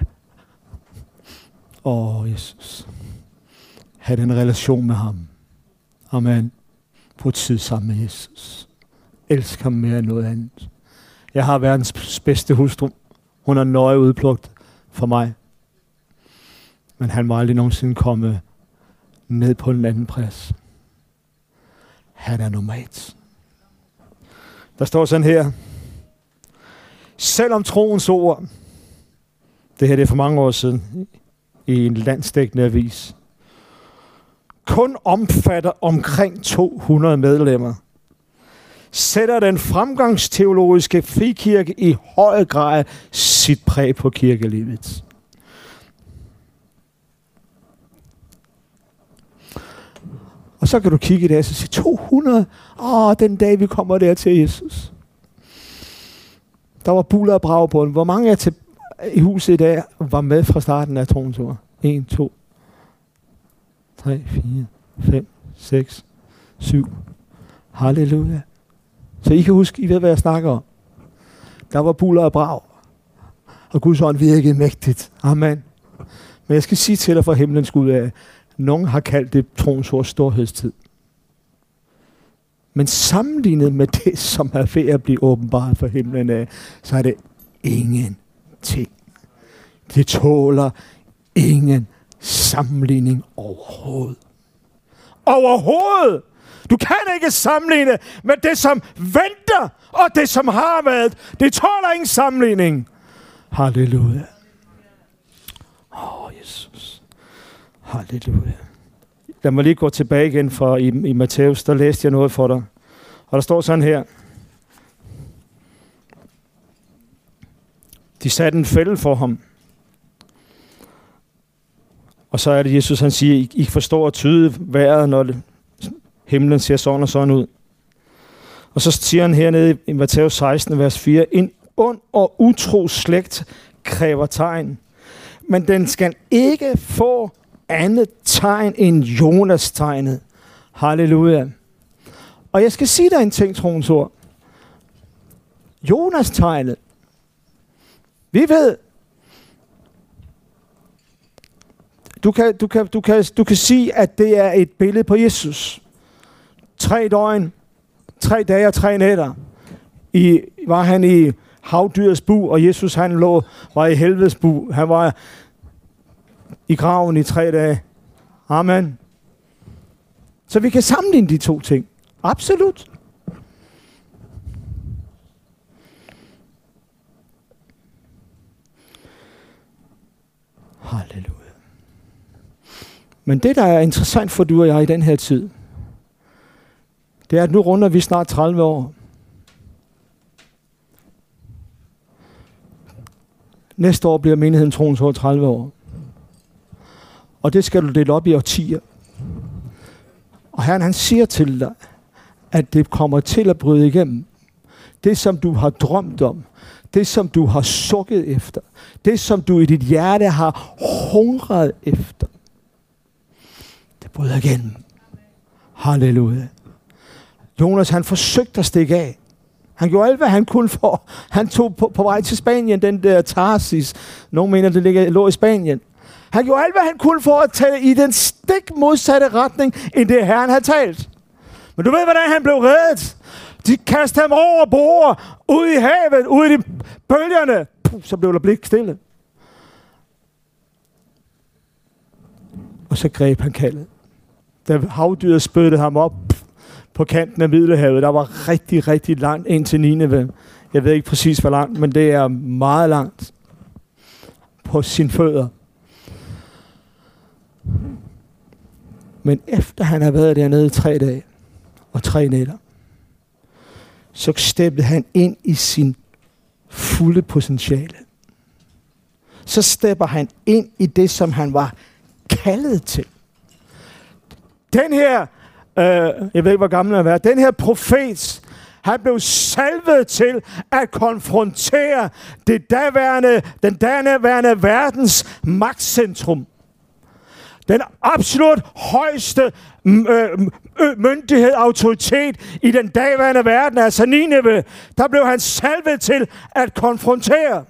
Åh, oh, Jesus. Ha' den relation med ham. Amen. På tid sammen med Jesus. Elsk ham mere end noget andet. Jeg har verdens bedste hustru. Hun er nøje udplugt for mig. Men han må aldrig nogensinde komme ned på en anden plads. Han er nummer et. Der står sådan her. Selvom troens ord, det her det er for mange år siden, i en landsdækkende avis, kun omfatter omkring to hundrede medlemmer, sætter den fremgangsteologiske frikirke i høj grad sit præg på kirkelivet. Og så kan du kigge i det og sige, to hundrede? Åh, den dag vi kommer der til Jesus. Der var buller og brag på den. Hvor mange er til i huset i dag var med fra starten af troens ord? en, to, tre, fire, fem, seks, syv. Halleluja. Så I kan huske, I ved, hvad jeg snakker om. Der var buller og brag. Og Guds ånd virkede mægtigt. Amen. Men jeg skal sige til dig fra himlens Gud af, nogen har kaldt det troens ord storhedstid. Men sammenlignet med det, som er ved at blive åbenbart for himlen af, så er det ingenting. Det tåler ingen sammenligning overhovedet. Overhovedet! Du kan ikke sammenligne med det, som venter, og det, som har været. Det tåler ingen sammenligning. Halleluja. Åh, oh, Jesus. Halleluja. Lad mig lige gå tilbage igen, for i, i Matthæus, der læste jeg noget for dig. Og der står sådan her. De satte en fælde for ham. Og så er det Jesus, han siger, I, I forstår at tyde vejret, når det, himlen ser sådan og sådan ud. Og så siger han hernede i Matthæus seksten, vers fire, ind ond og utro slægt kræver tegn. Men den skal ikke få andet tegn end Jonas-tegnet. Halleluja. Og jeg skal sige dig en ting, troens ord. Jonas-tegnet. Vi ved, du kan, du, kan, du, kan, du kan sige, at det er et billede på Jesus. Tre døgn, tre dage og tre nætter. I, var han i havdyrets bu, og Jesus han lå, var i helvedes bu. Han var i graven i tre dage. Amen. Så vi kan sammenligne de to ting. Absolut. Halleluja. Men det, der er interessant for du og jeg i den her tid, det er, at nu runder vi snart tredive år. Næste år bliver menigheden Troens Ord tredive år. Og det skal du dele op i årtier. Og Herren, han siger til dig, at det kommer til at bryde igennem. Det, som du har drømt om, det, som du har sukket efter, det, som du i dit hjerte har hungret efter, det bryder igennem. Halleluja. Jonas, han forsøgte at stikke af. Han gjorde alt, hvad han kunne for. Han tog på, på vej til Spanien, den der Tarsis. Nogle mener, det ligger, lå i Spanien. Han gjorde alt, hvad han kunne for at tage i den stik modsatte retning, end det Herren havde talt. Men du ved, hvordan han blev reddet? De kastede ham over bord, ud i havet, ud i de bølgerne. Puh, så blev der blik stille. Og så greb han kaldet. Da havdyret spyttede ham op på kanten af Middelhavet, der var rigtig, rigtig langt ind til Nineve. Jeg ved ikke præcis, hvor langt, men det er meget langt på sine fødder. Men efter han har været dernede i tre dage og tre nætter, så steppede han ind i sin fulde potentiale. Så stepper han ind i det, som han var kaldet til. Den her, øh, jeg ved ikke, hvor gammel han er, den her profet, han blev salvet til at konfrontere det daværende, den daværende verdens magtcentrum. Den absolut højeste myndighed, autoritet i den daværende verden, altså Nineve, der blev han salvet til at konfrontere.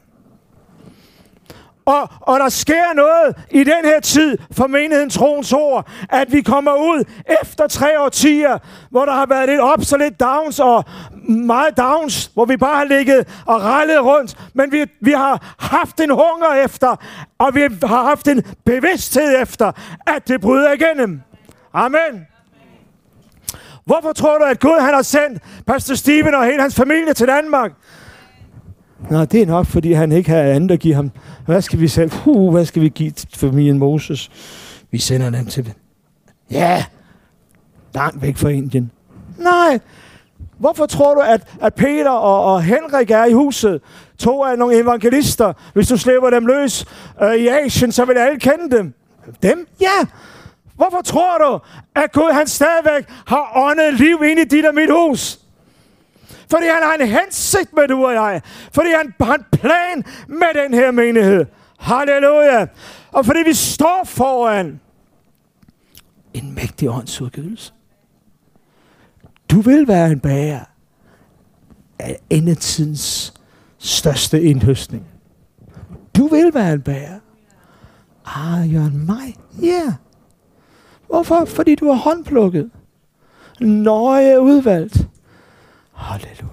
Og, og der sker noget i den her tid for menigheden Troens Ord, at vi kommer ud efter tre årtier, hvor der har været lidt ups og lidt downs og meget downs, hvor vi bare har ligget og rallet rundt. Men vi, vi har haft en hunger efter, og vi har haft en bevidsthed efter, at det bryder igennem. Amen. Hvorfor tror du, at Gud han har sendt Pastor Steven og hele hans familie til Danmark? Nå, det er nok, fordi han ikke har andet at give ham. Hvad skal vi selv? Uh, hvad skal vi give til familien Moses? Vi sender dem til... Ja, langt væk fra Indien. Nej. Hvorfor tror du, at, at Peter og, og Henrik er i huset? To af nogle evangelister. Hvis du slipper dem løs øh, i Asien, så vil alle kende dem. Dem? Ja. Hvorfor tror du, at Gud han stadigvæk har åndet liv ind i dit og mit hus? Fordi han har en hensigt med du og jeg. Fordi han har en plan med den her menighed. Halleluja. Og fordi vi står foran en mægtig åndsudgivelse. Du vil være en bærer af endetidens største indhøstning. Du vil være en bærer. Ah, Jørgen, mig? Ja. Yeah. Hvorfor? Fordi du er håndplukket. Nøje udvalgt. Halleluja.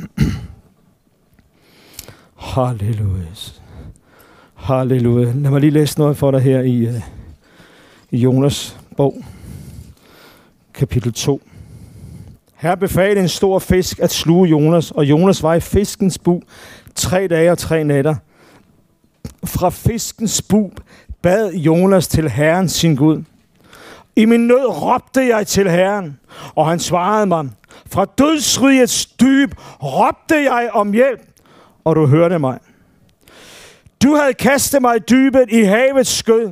Halleluja. Halleluja. Lad mig lige læse noget for dig her i, uh, i Jonas bog, kapitel to. Her befalede en stor fisk at sluge Jonas, og Jonas var i fiskens bug tre dage og tre nætter. Fra fiskens bug bad Jonas til Herren sin Gud. I min nød råbte jeg til Herren, og han svarede mig. Fra dødsrigets dyb råbte jeg om hjælp, og du hørte mig. Du havde kastet mig i dybet i havets skød.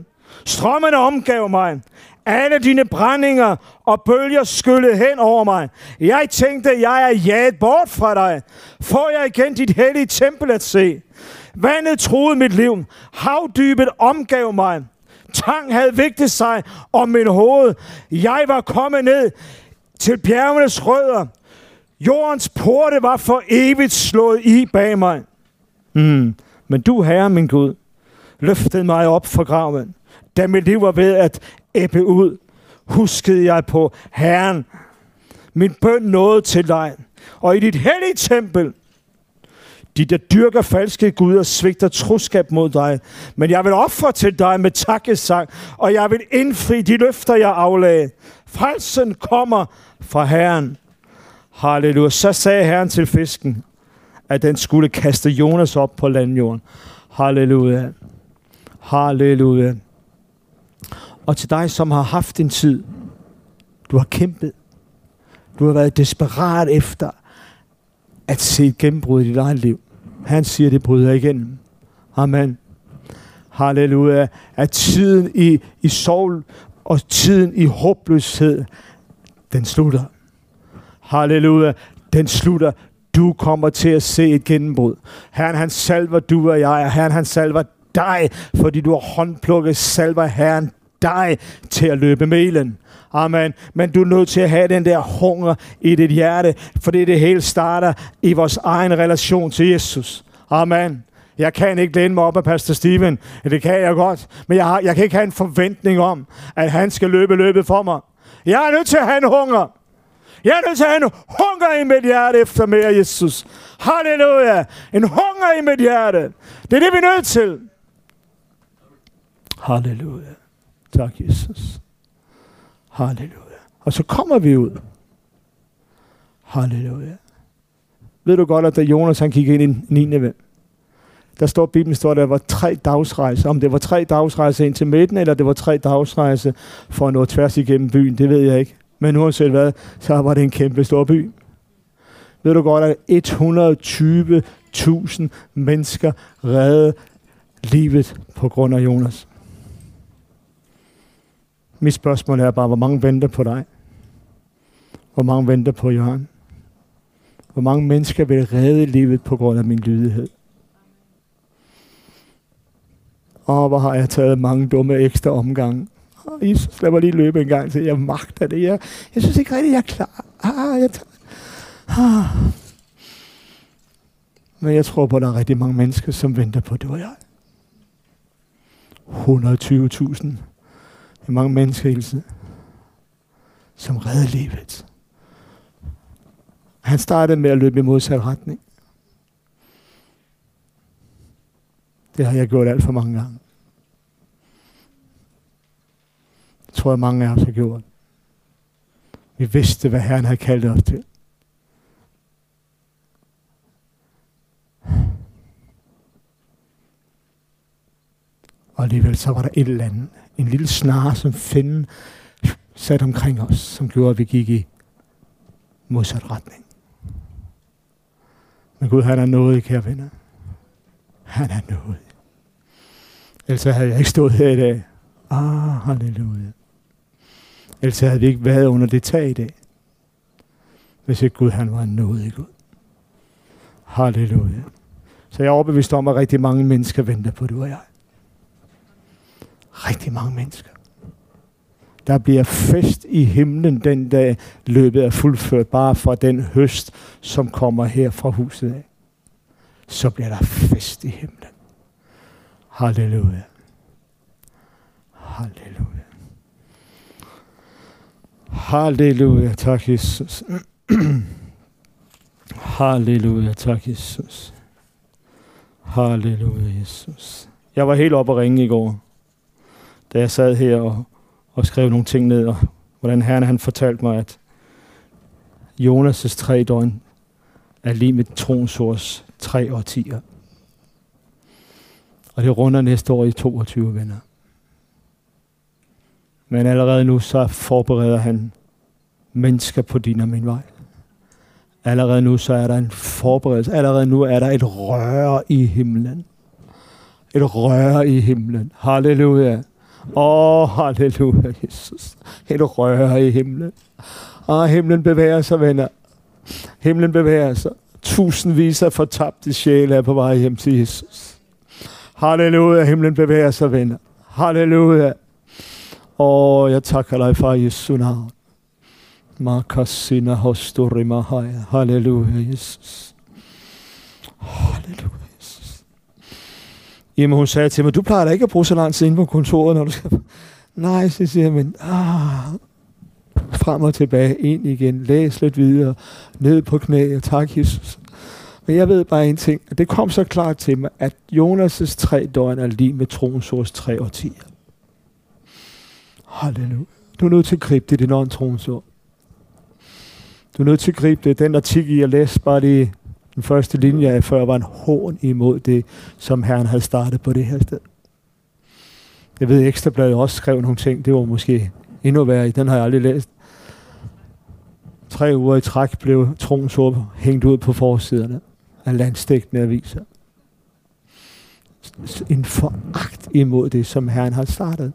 Strømmene omgav mig. Alle dine brændinger og bølger skyllede hen over mig. Jeg tænkte, jeg er jaget bort fra dig. Får jeg igen dit hellige tempel at se? Vandet truede mit liv. Havdybet omgav mig. Tang havde vigtet sig om mit hoved. Jeg var kommet ned til bjergenes rødder. Jordens porte var for evigt slået i bag mig. Mm. Men du, Herre, min Gud, løftede mig op fra graven. Da mit liv var ved at ebbe ud, huskede jeg på Herren. Min bøn nåede til dig. Og i dit hellige tempel, de der dyrker falske guder, svigter troskab mod dig. Men jeg vil ofre til dig med takkesang, og jeg vil indfri de løfter, jeg aflagde. Frelsen kommer fra Herren. Halleluja. Så sagde Herren til fisken, at den skulle kaste Jonas op på landjorden. Halleluja. Halleluja. Og til dig, som har haft en tid, du har kæmpet, du har været desperat efter at se et gennembrud i dit eget liv. Han siger, det bryder igennem. Amen. Halleluja. At tiden i, i sorg og tiden i håbløshed, den slutter. Halleluja. Den slutter. Du kommer til at se et gennembrud. Herren, han salver du og jeg, og Herren, han salver dig, fordi du har håndplukket, salver Herren dig til at løbe melen. Amen. Men du er nødt til at have den der hunger i dit hjerte, fordi det hele starter i vores egen relation til Jesus. Amen. Jeg kan ikke læne mig op af Pastor Steven. Det kan jeg godt. Men jeg, har, jeg kan ikke have en forventning om, at han skal løbe løbet for mig. Jeg er nødt til at have en hunger. Jeg er nødt til at have en hunger i mit hjerte efter mere Jesus. Halleluja. En hunger i mit hjerte. Det er det, vi er nødt til. Halleluja. Tak, Jesus. Halleluja. Og så kommer vi ud. Halleluja. Ved du godt, at da Jonas han gik ind i Nineve, der står Bibelen, står, at der var tre dagsrejser. Om det var tre dagsrejser ind til midten, eller det var tre dagsrejser for at nå tværs igennem byen, det ved jeg ikke. Men uanset hvad, så var det en kæmpe stor by. Ved du godt, at et hundrede og tyve tusind mennesker reddede livet på grund af Jonas. Mit spørgsmål er bare, hvor mange venter på dig? Hvor mange venter på Jørgen? Hvor mange mennesker vil redde livet på grund af min lydighed? Åh, hvor har jeg taget mange dumme ekstra omgange. Åh, Jesus, lad mig lige løbe en gang til. Jeg magter det. Jeg, jeg synes ikke rigtig, jeg er klar. Ah, jeg tager... ah. Men jeg tror på, at der er rigtig mange mennesker, som venter på det og jeg. et hundrede og tyve tusind. Det er mange mennesker hele tiden, som redder livet. Han startede med at løbe i modsat retning. Det har jeg gjort alt for mange gange. Det tror jeg, mange af os har gjort. Vi vidste, hvad Herren havde kaldt os til. Og alligevel så var der et eller andet. En lille snare, som finden sat omkring os, som gjorde, at vi gik i modsat retning. Men Gud, han er nådig, kære venner. Han er nådig. Ellers havde jeg ikke stået her i dag. Ah, halleluja. Ellers havde vi ikke været under det tag i dag. Hvis ikke Gud, han var en nådig Gud. Halleluja. Så jeg er overbevist om, at rigtig mange mennesker venter på du og jeg. Rigtig mange mennesker. Der bliver fest i himlen den dag, løbet er fuldført, bare fra den høst, som kommer her fra huset af. Så bliver der fest i himlen. Halleluja. Halleluja. Halleluja. Tak, Jesus. Halleluja. Tak, Jesus. Halleluja, Jesus. Jeg var helt oppe at ringe i går, da jeg sad her og, og skrev nogle ting ned, og hvordan Herren han fortalte mig, at Jonas' tre døgn er lige med tronsors tre årtier. Og det runder næste år i toogtyve venner. Men allerede nu så forbereder han mennesker på din og min vej. Allerede nu så er der en forberedelse. Allerede nu er der et røre i himlen. Et røre i himlen. Halleluja. Åh, oh, halleluja, Jesus. Et røre i himlen. Og himlen bevæger sig, venner. Himlen bevæger sig. Tusindvis af fortabte sjæle er på vej hjem til Jesus. Halleluja, himlen bevæger sig, venner. Halleluja. Åh, jeg takker dig, far, i Jesu navn. Makasina hostori mahaya. Halleluja, Jesus. Halleluja, Jesus. Jamen, hun sagde til mig, du plejer da ikke at bruge så lang tid inde på kontoret, når du skal... Nej, så siger jeg, men... Ah, frem og tilbage, ind igen, læs lidt videre, ned på knæ, og tak, Jesus. Men jeg ved bare en ting, at det kom så klart til mig, at Jonas' tre døgn er lige med troens ords tre årtier. Halleluja. Du er nødt til at gribe det, det er en troens ord. Du er nødt til at gribe det. Den artikel, jeg læste bare lige den første linje af før, var en hån imod det, som Herren havde startet på det her sted. Jeg ved, Ekstrabladet også skrev nogle ting, det var måske endnu værre. Den har jeg aldrig læst. Tre uger i træk blev troens ord hængt ud på forsiderne af landsdækkende aviser. En foragt imod det, som Herren har startet.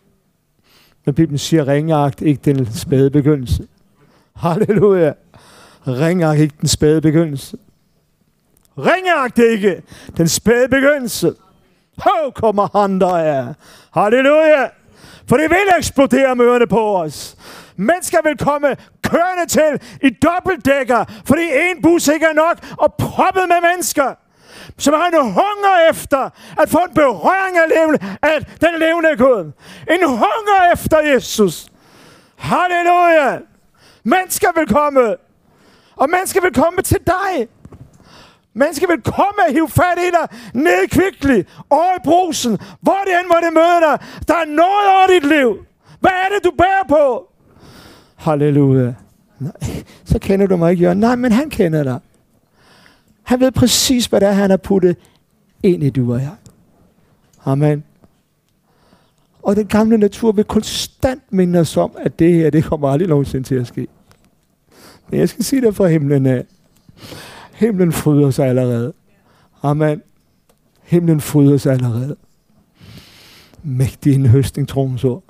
Men Bibelen siger, ringeagt ikke den spæde begyndelse. Halleluja. Ringeagt ikke den spæde begyndelse. Ringeagt ikke den spæde begyndelse. Hov, kommer han der er. Halleluja. For det vil eksplodere med ørerne på os. Mennesker vil komme kørende til i dobbeltdækker, fordi en bus ikke er nok, og proppet med mennesker, som har en hunger efter at få en berøring af, levende, af den levende Gud. En hunger efter Jesus. Halleluja. Mennesker vil komme, og mennesker vil komme til dig. Mennesker vil komme og hive fat i dig, ned kvickly, over i brusen, hvor det end måtte møde dig. Der er noget over dit liv. Hvad er det, du bærer på? Halleluja. Nej, så kender du mig ikke, Jørgen. Nej, men han kender dig. Han ved præcis, hvad det er, han har puttet ind i du og jeg. Amen. Og den gamle natur vil konstant minde os om, at det her, det kommer aldrig nogensinde til at ske. Men jeg skal sige det fra himlen af. Himlen fryder sig allerede. Amen. Himlen fryder sig allerede. Mægtig en høstning, troens ord.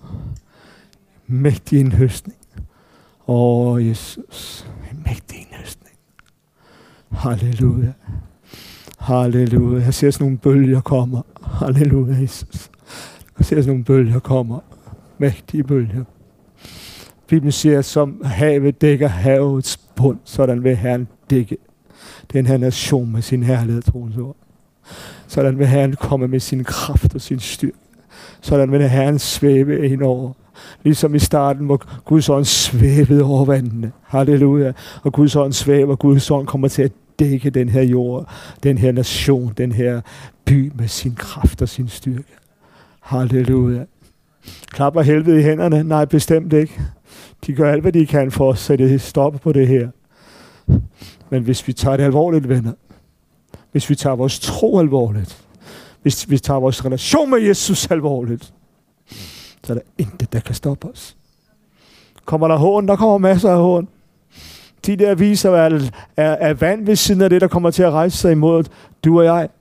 Mægtig en høstning. Åh, Jesus. En mægtig en høstning. Halleluja. Halleluja. Jeg ser sådan nogle bølger kommer. Halleluja, Jesus. Jeg ser sådan nogle bølger kommer. Mægtige bølger. Bibelen siger, som havet dækker havets bund, sådan vil Herren dække den her nation med sin herlighed, troens ord. Sådan vil Herren komme med sin kraft og sin styrke. Sådan vil Herren svæve ind over. Ligesom i starten, hvor Guds ånd svævede over vandene. Halleluja. Og Guds ånd svæver, Guds ånd kommer til at dække den her jord, den her nation, den her by med sin kraft og sin styrke. Halleluja. Klapper helvede i hænderne? Nej, bestemt ikke. De gør alt, hvad de kan for at sætte stop på det her. Men hvis vi tager det alvorligt, venner, hvis vi tager vores tro alvorligt, hvis vi tager vores relation med Jesus alvorligt, så er der intet, der kan stoppe os. Kommer der hån? Der kommer masser af hån. De der viser er, er, er vand ved siden af det, der kommer til at rejse sig imod du og jeg.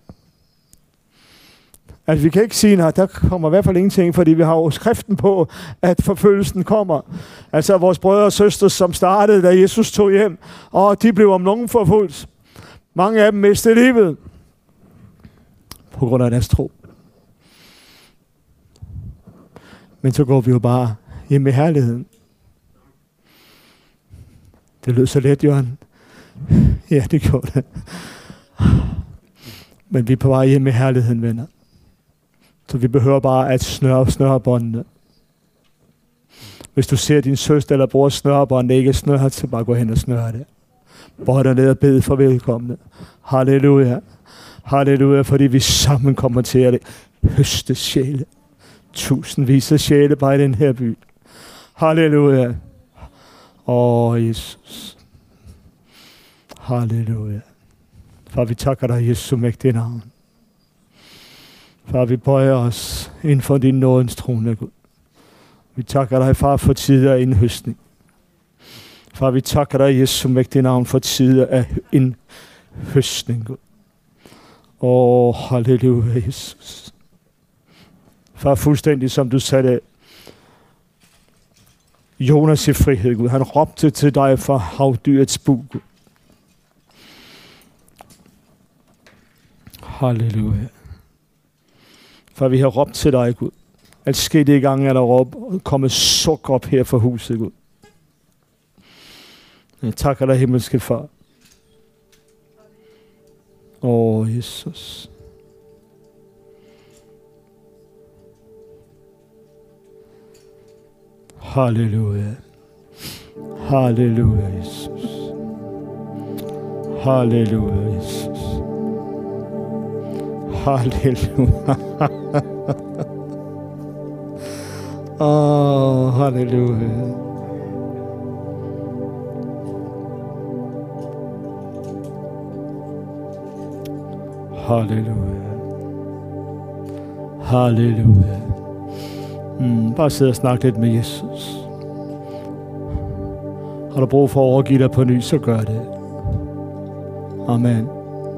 Altså, vi kan ikke sige, at der kommer i hvert fald ingenting, fordi vi har jo skriften på, at forfølgelsen kommer. Altså, vores brødre og søstre, som startede, da Jesus tog hjem, og de blev om nogen forfulgt. Mange af dem mistede livet på grund af deres tro. Men så går vi jo bare hjem i herligheden. Det lød så let, Jørgen. Ja, det gjorde det. Men vi er på vej hjem i herligheden, venner. Så vi behøver bare at snøre, snøre båndene. Hvis du ser din søster eller bror snøre båndene, ikke snøre, så bare gå hen og snøre det. Bøj dig ned og bed for velkomne. Halleluja. Halleluja, fordi vi sammen kommer til at høste sjæle. Tusindvis af sjæle bare i den her by. Halleluja. Åh, Jesus. Halleluja. Far, vi takker dig, Jesu mægtige navn. Far, vi bøjer os inden for din nådens trone, Gud. Vi takker dig, far, for tider af indhøstning. Far, vi takker dig, Jesu mægtige navn, for tider af indhøstning, Gud. Åh, halleluja, Jesus. Far, fuldstændig som du satte Jonas i frihed, Gud. Han råbte til dig fra havdyrets bug. Halleluja. For vi har råbt til dig, Gud. Alt skete i gang er der råb, og kommet suk op her for huset, Gud. Jeg takker dig, himmelske far. Åh, Jesus. Halleluja. Halleluja, Jesus. Halleluja, Jesus. Halleluja. Åh, oh, halleluja. Halleluja. Halleluja. Mm, bare sidde og snakke lidt med Jesus. Har du brug for at overgive dig på ny, så gør det. Amen.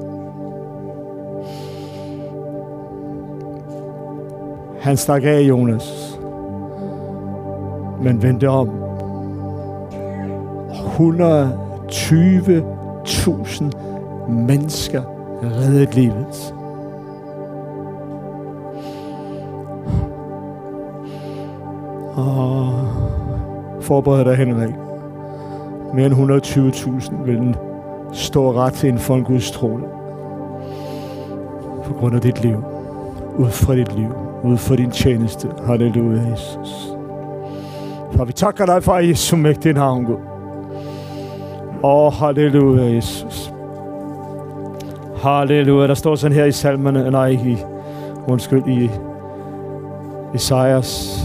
Han stak af, Jonas, men vendte om. et hundrede og tyve tusind mennesker reddet livet. Og forbered dig, Henrik. Mere end et hundrede og tyve tusind vil stå ret inden for en Guds trone. På grund af dit liv. Ud fra dit liv. Ud fra din tjeneste. Halleluja, Jesus. Far, vi takker dig for Jesu mægtige navn, Gud. Åh, halleluja, Jesus. Halleluja. Der står sådan her i salmerne, nej, i, undskyld, i Esajas.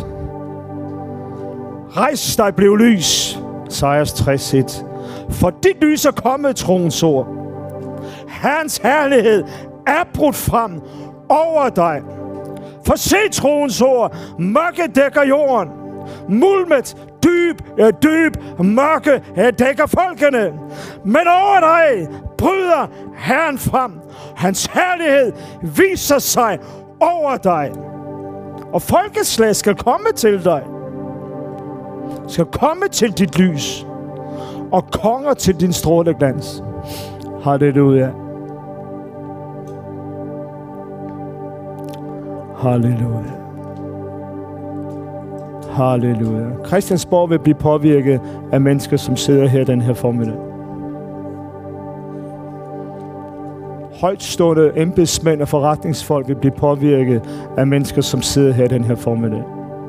Rejs dig, bliv lys. Esajas tres et. For dit lys er kommet, troens ord. Hans herlighed er brudt frem over dig. For se, troens ord, mørke dækker jorden. Mulmet, dyb, ja, dyb, mørke ja, dækker folkene. Men over dig bryder Herren frem. Hans herlighed viser sig over dig. Og folkeslag skal komme til dig. Skal komme til dit lys. Og konger til din stråleglans. Halleluja. Halleluja. Halleluja. Christiansborg vil blive påvirket af mennesker, som sidder her den her formiddag. Højtstående embedsmænd og forretningsfolk vil blive påvirket af mennesker, som sidder her den her formiddag.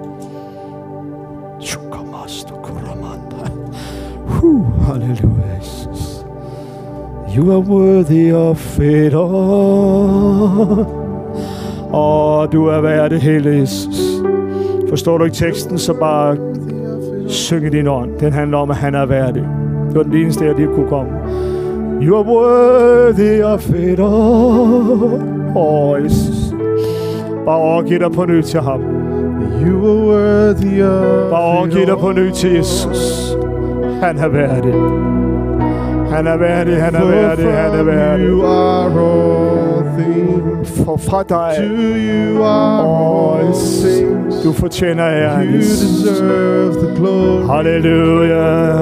Uh, halleluja, Jesus. You are worthy of it all. Og du er værdig, hele Jesus. Forstår du ikke teksten, så bare synge din ånd. Den handler om, at han er værdig. Det var den eneste, jeg lige kunne komme. You are worthy of it all. Åh, Jesus. Bare overgiv dig på ny til ham.
You are worthy of
Bare overgiv dig på ny til Jesus. Han er værdig. Han er værdig, han er værdig, han er værdig.
You are all things.
For fra dig.
To you are
oh,
all things.
Du fortjener æren.
You deserve the glory.
Halleluja.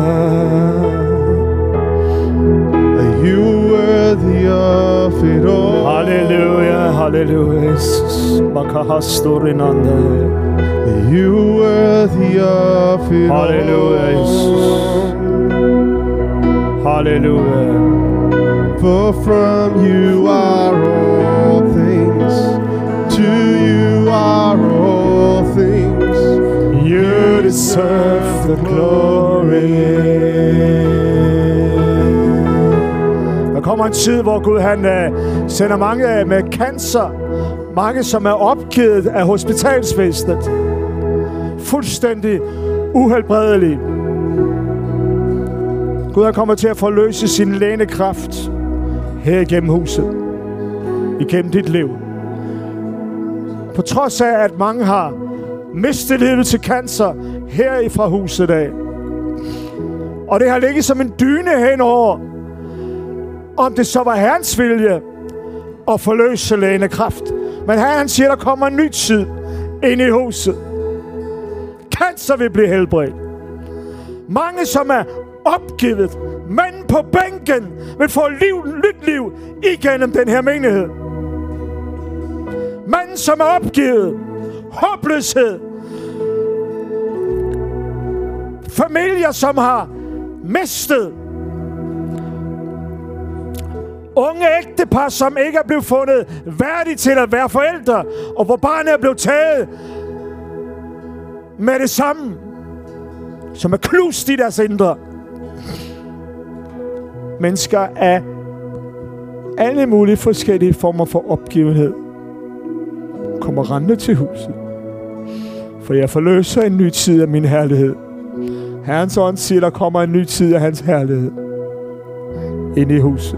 You are worthy of it all.
Halleluja, halleluja. Makahastorinande.
You are worthy of it all.
Halleluja. Halleluja.
For from you are all things. To you are all things.
You deserve the glory. Der kommer en tid, hvor Gud han uh, sender mange med cancer. Mange, som er opgivet af hospitalsvæsenet. Fuldstændig uhelbredelige. Gud er kommet til at forløse sin lægekraft her igennem huset. Igennem dit liv. På trods af, at mange har mistet livet til cancer her fra huset af. Og det har ligget som en dyne henover. Om det så var Herrens vilje at forløse lægekraft. Men Herren, han siger, der kommer en ny tid. ind i huset. Cancer vil blive helbredt. Mange, som er opgivet, men på bænken vil få liv, nyt liv igennem den her menighed. Mænd, som er opgivet, håbløshed. Familier, som har mistet. Unge ægtepar, som ikke er blevet fundet værdige til at være forældre, og hvor barnet er blevet taget med det samme, som er knust i deres indre. Mennesker af alle mulige forskellige former for opgivenhed kommer rendende til huset. For jeg forløser en ny tid af min herlighed. Herrens ånd siger, der kommer en ny tid af hans herlighed ind i huset.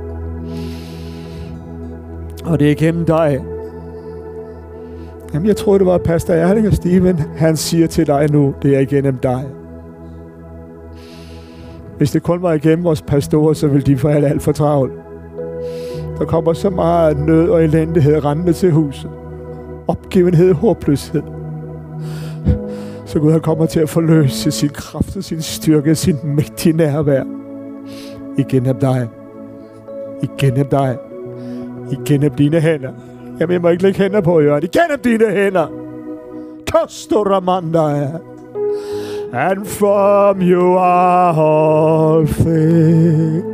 Og det er igennem dig. Jamen, jeg tror det var pastor Erling og Steven. Han siger til dig nu, det er igennem dig. Hvis det kun var igennem vores pastorer, så ville de få alt, alt for travlt. Der kommer så meget nød og elendighed rendende til huset. Opgivenhed og håbløshed. Så Gud, han kommer til at forløse sin kraft og sin styrke, sin mægtige nærvær. Igennem dig. Igennem dig. Igennem dine hænder. Jamen, jeg må ikke lægge hænder på, Jørgen. Igennem dine hænder. Kostoramanda. And from you are all things.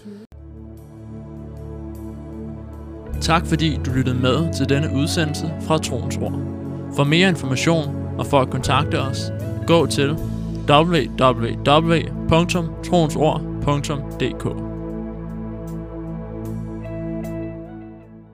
Tak fordi du lyttede med til denne udsendelse fra Troens Ord. For mere information og for at kontakte os, gå til w w w punktum troensord punktum d k.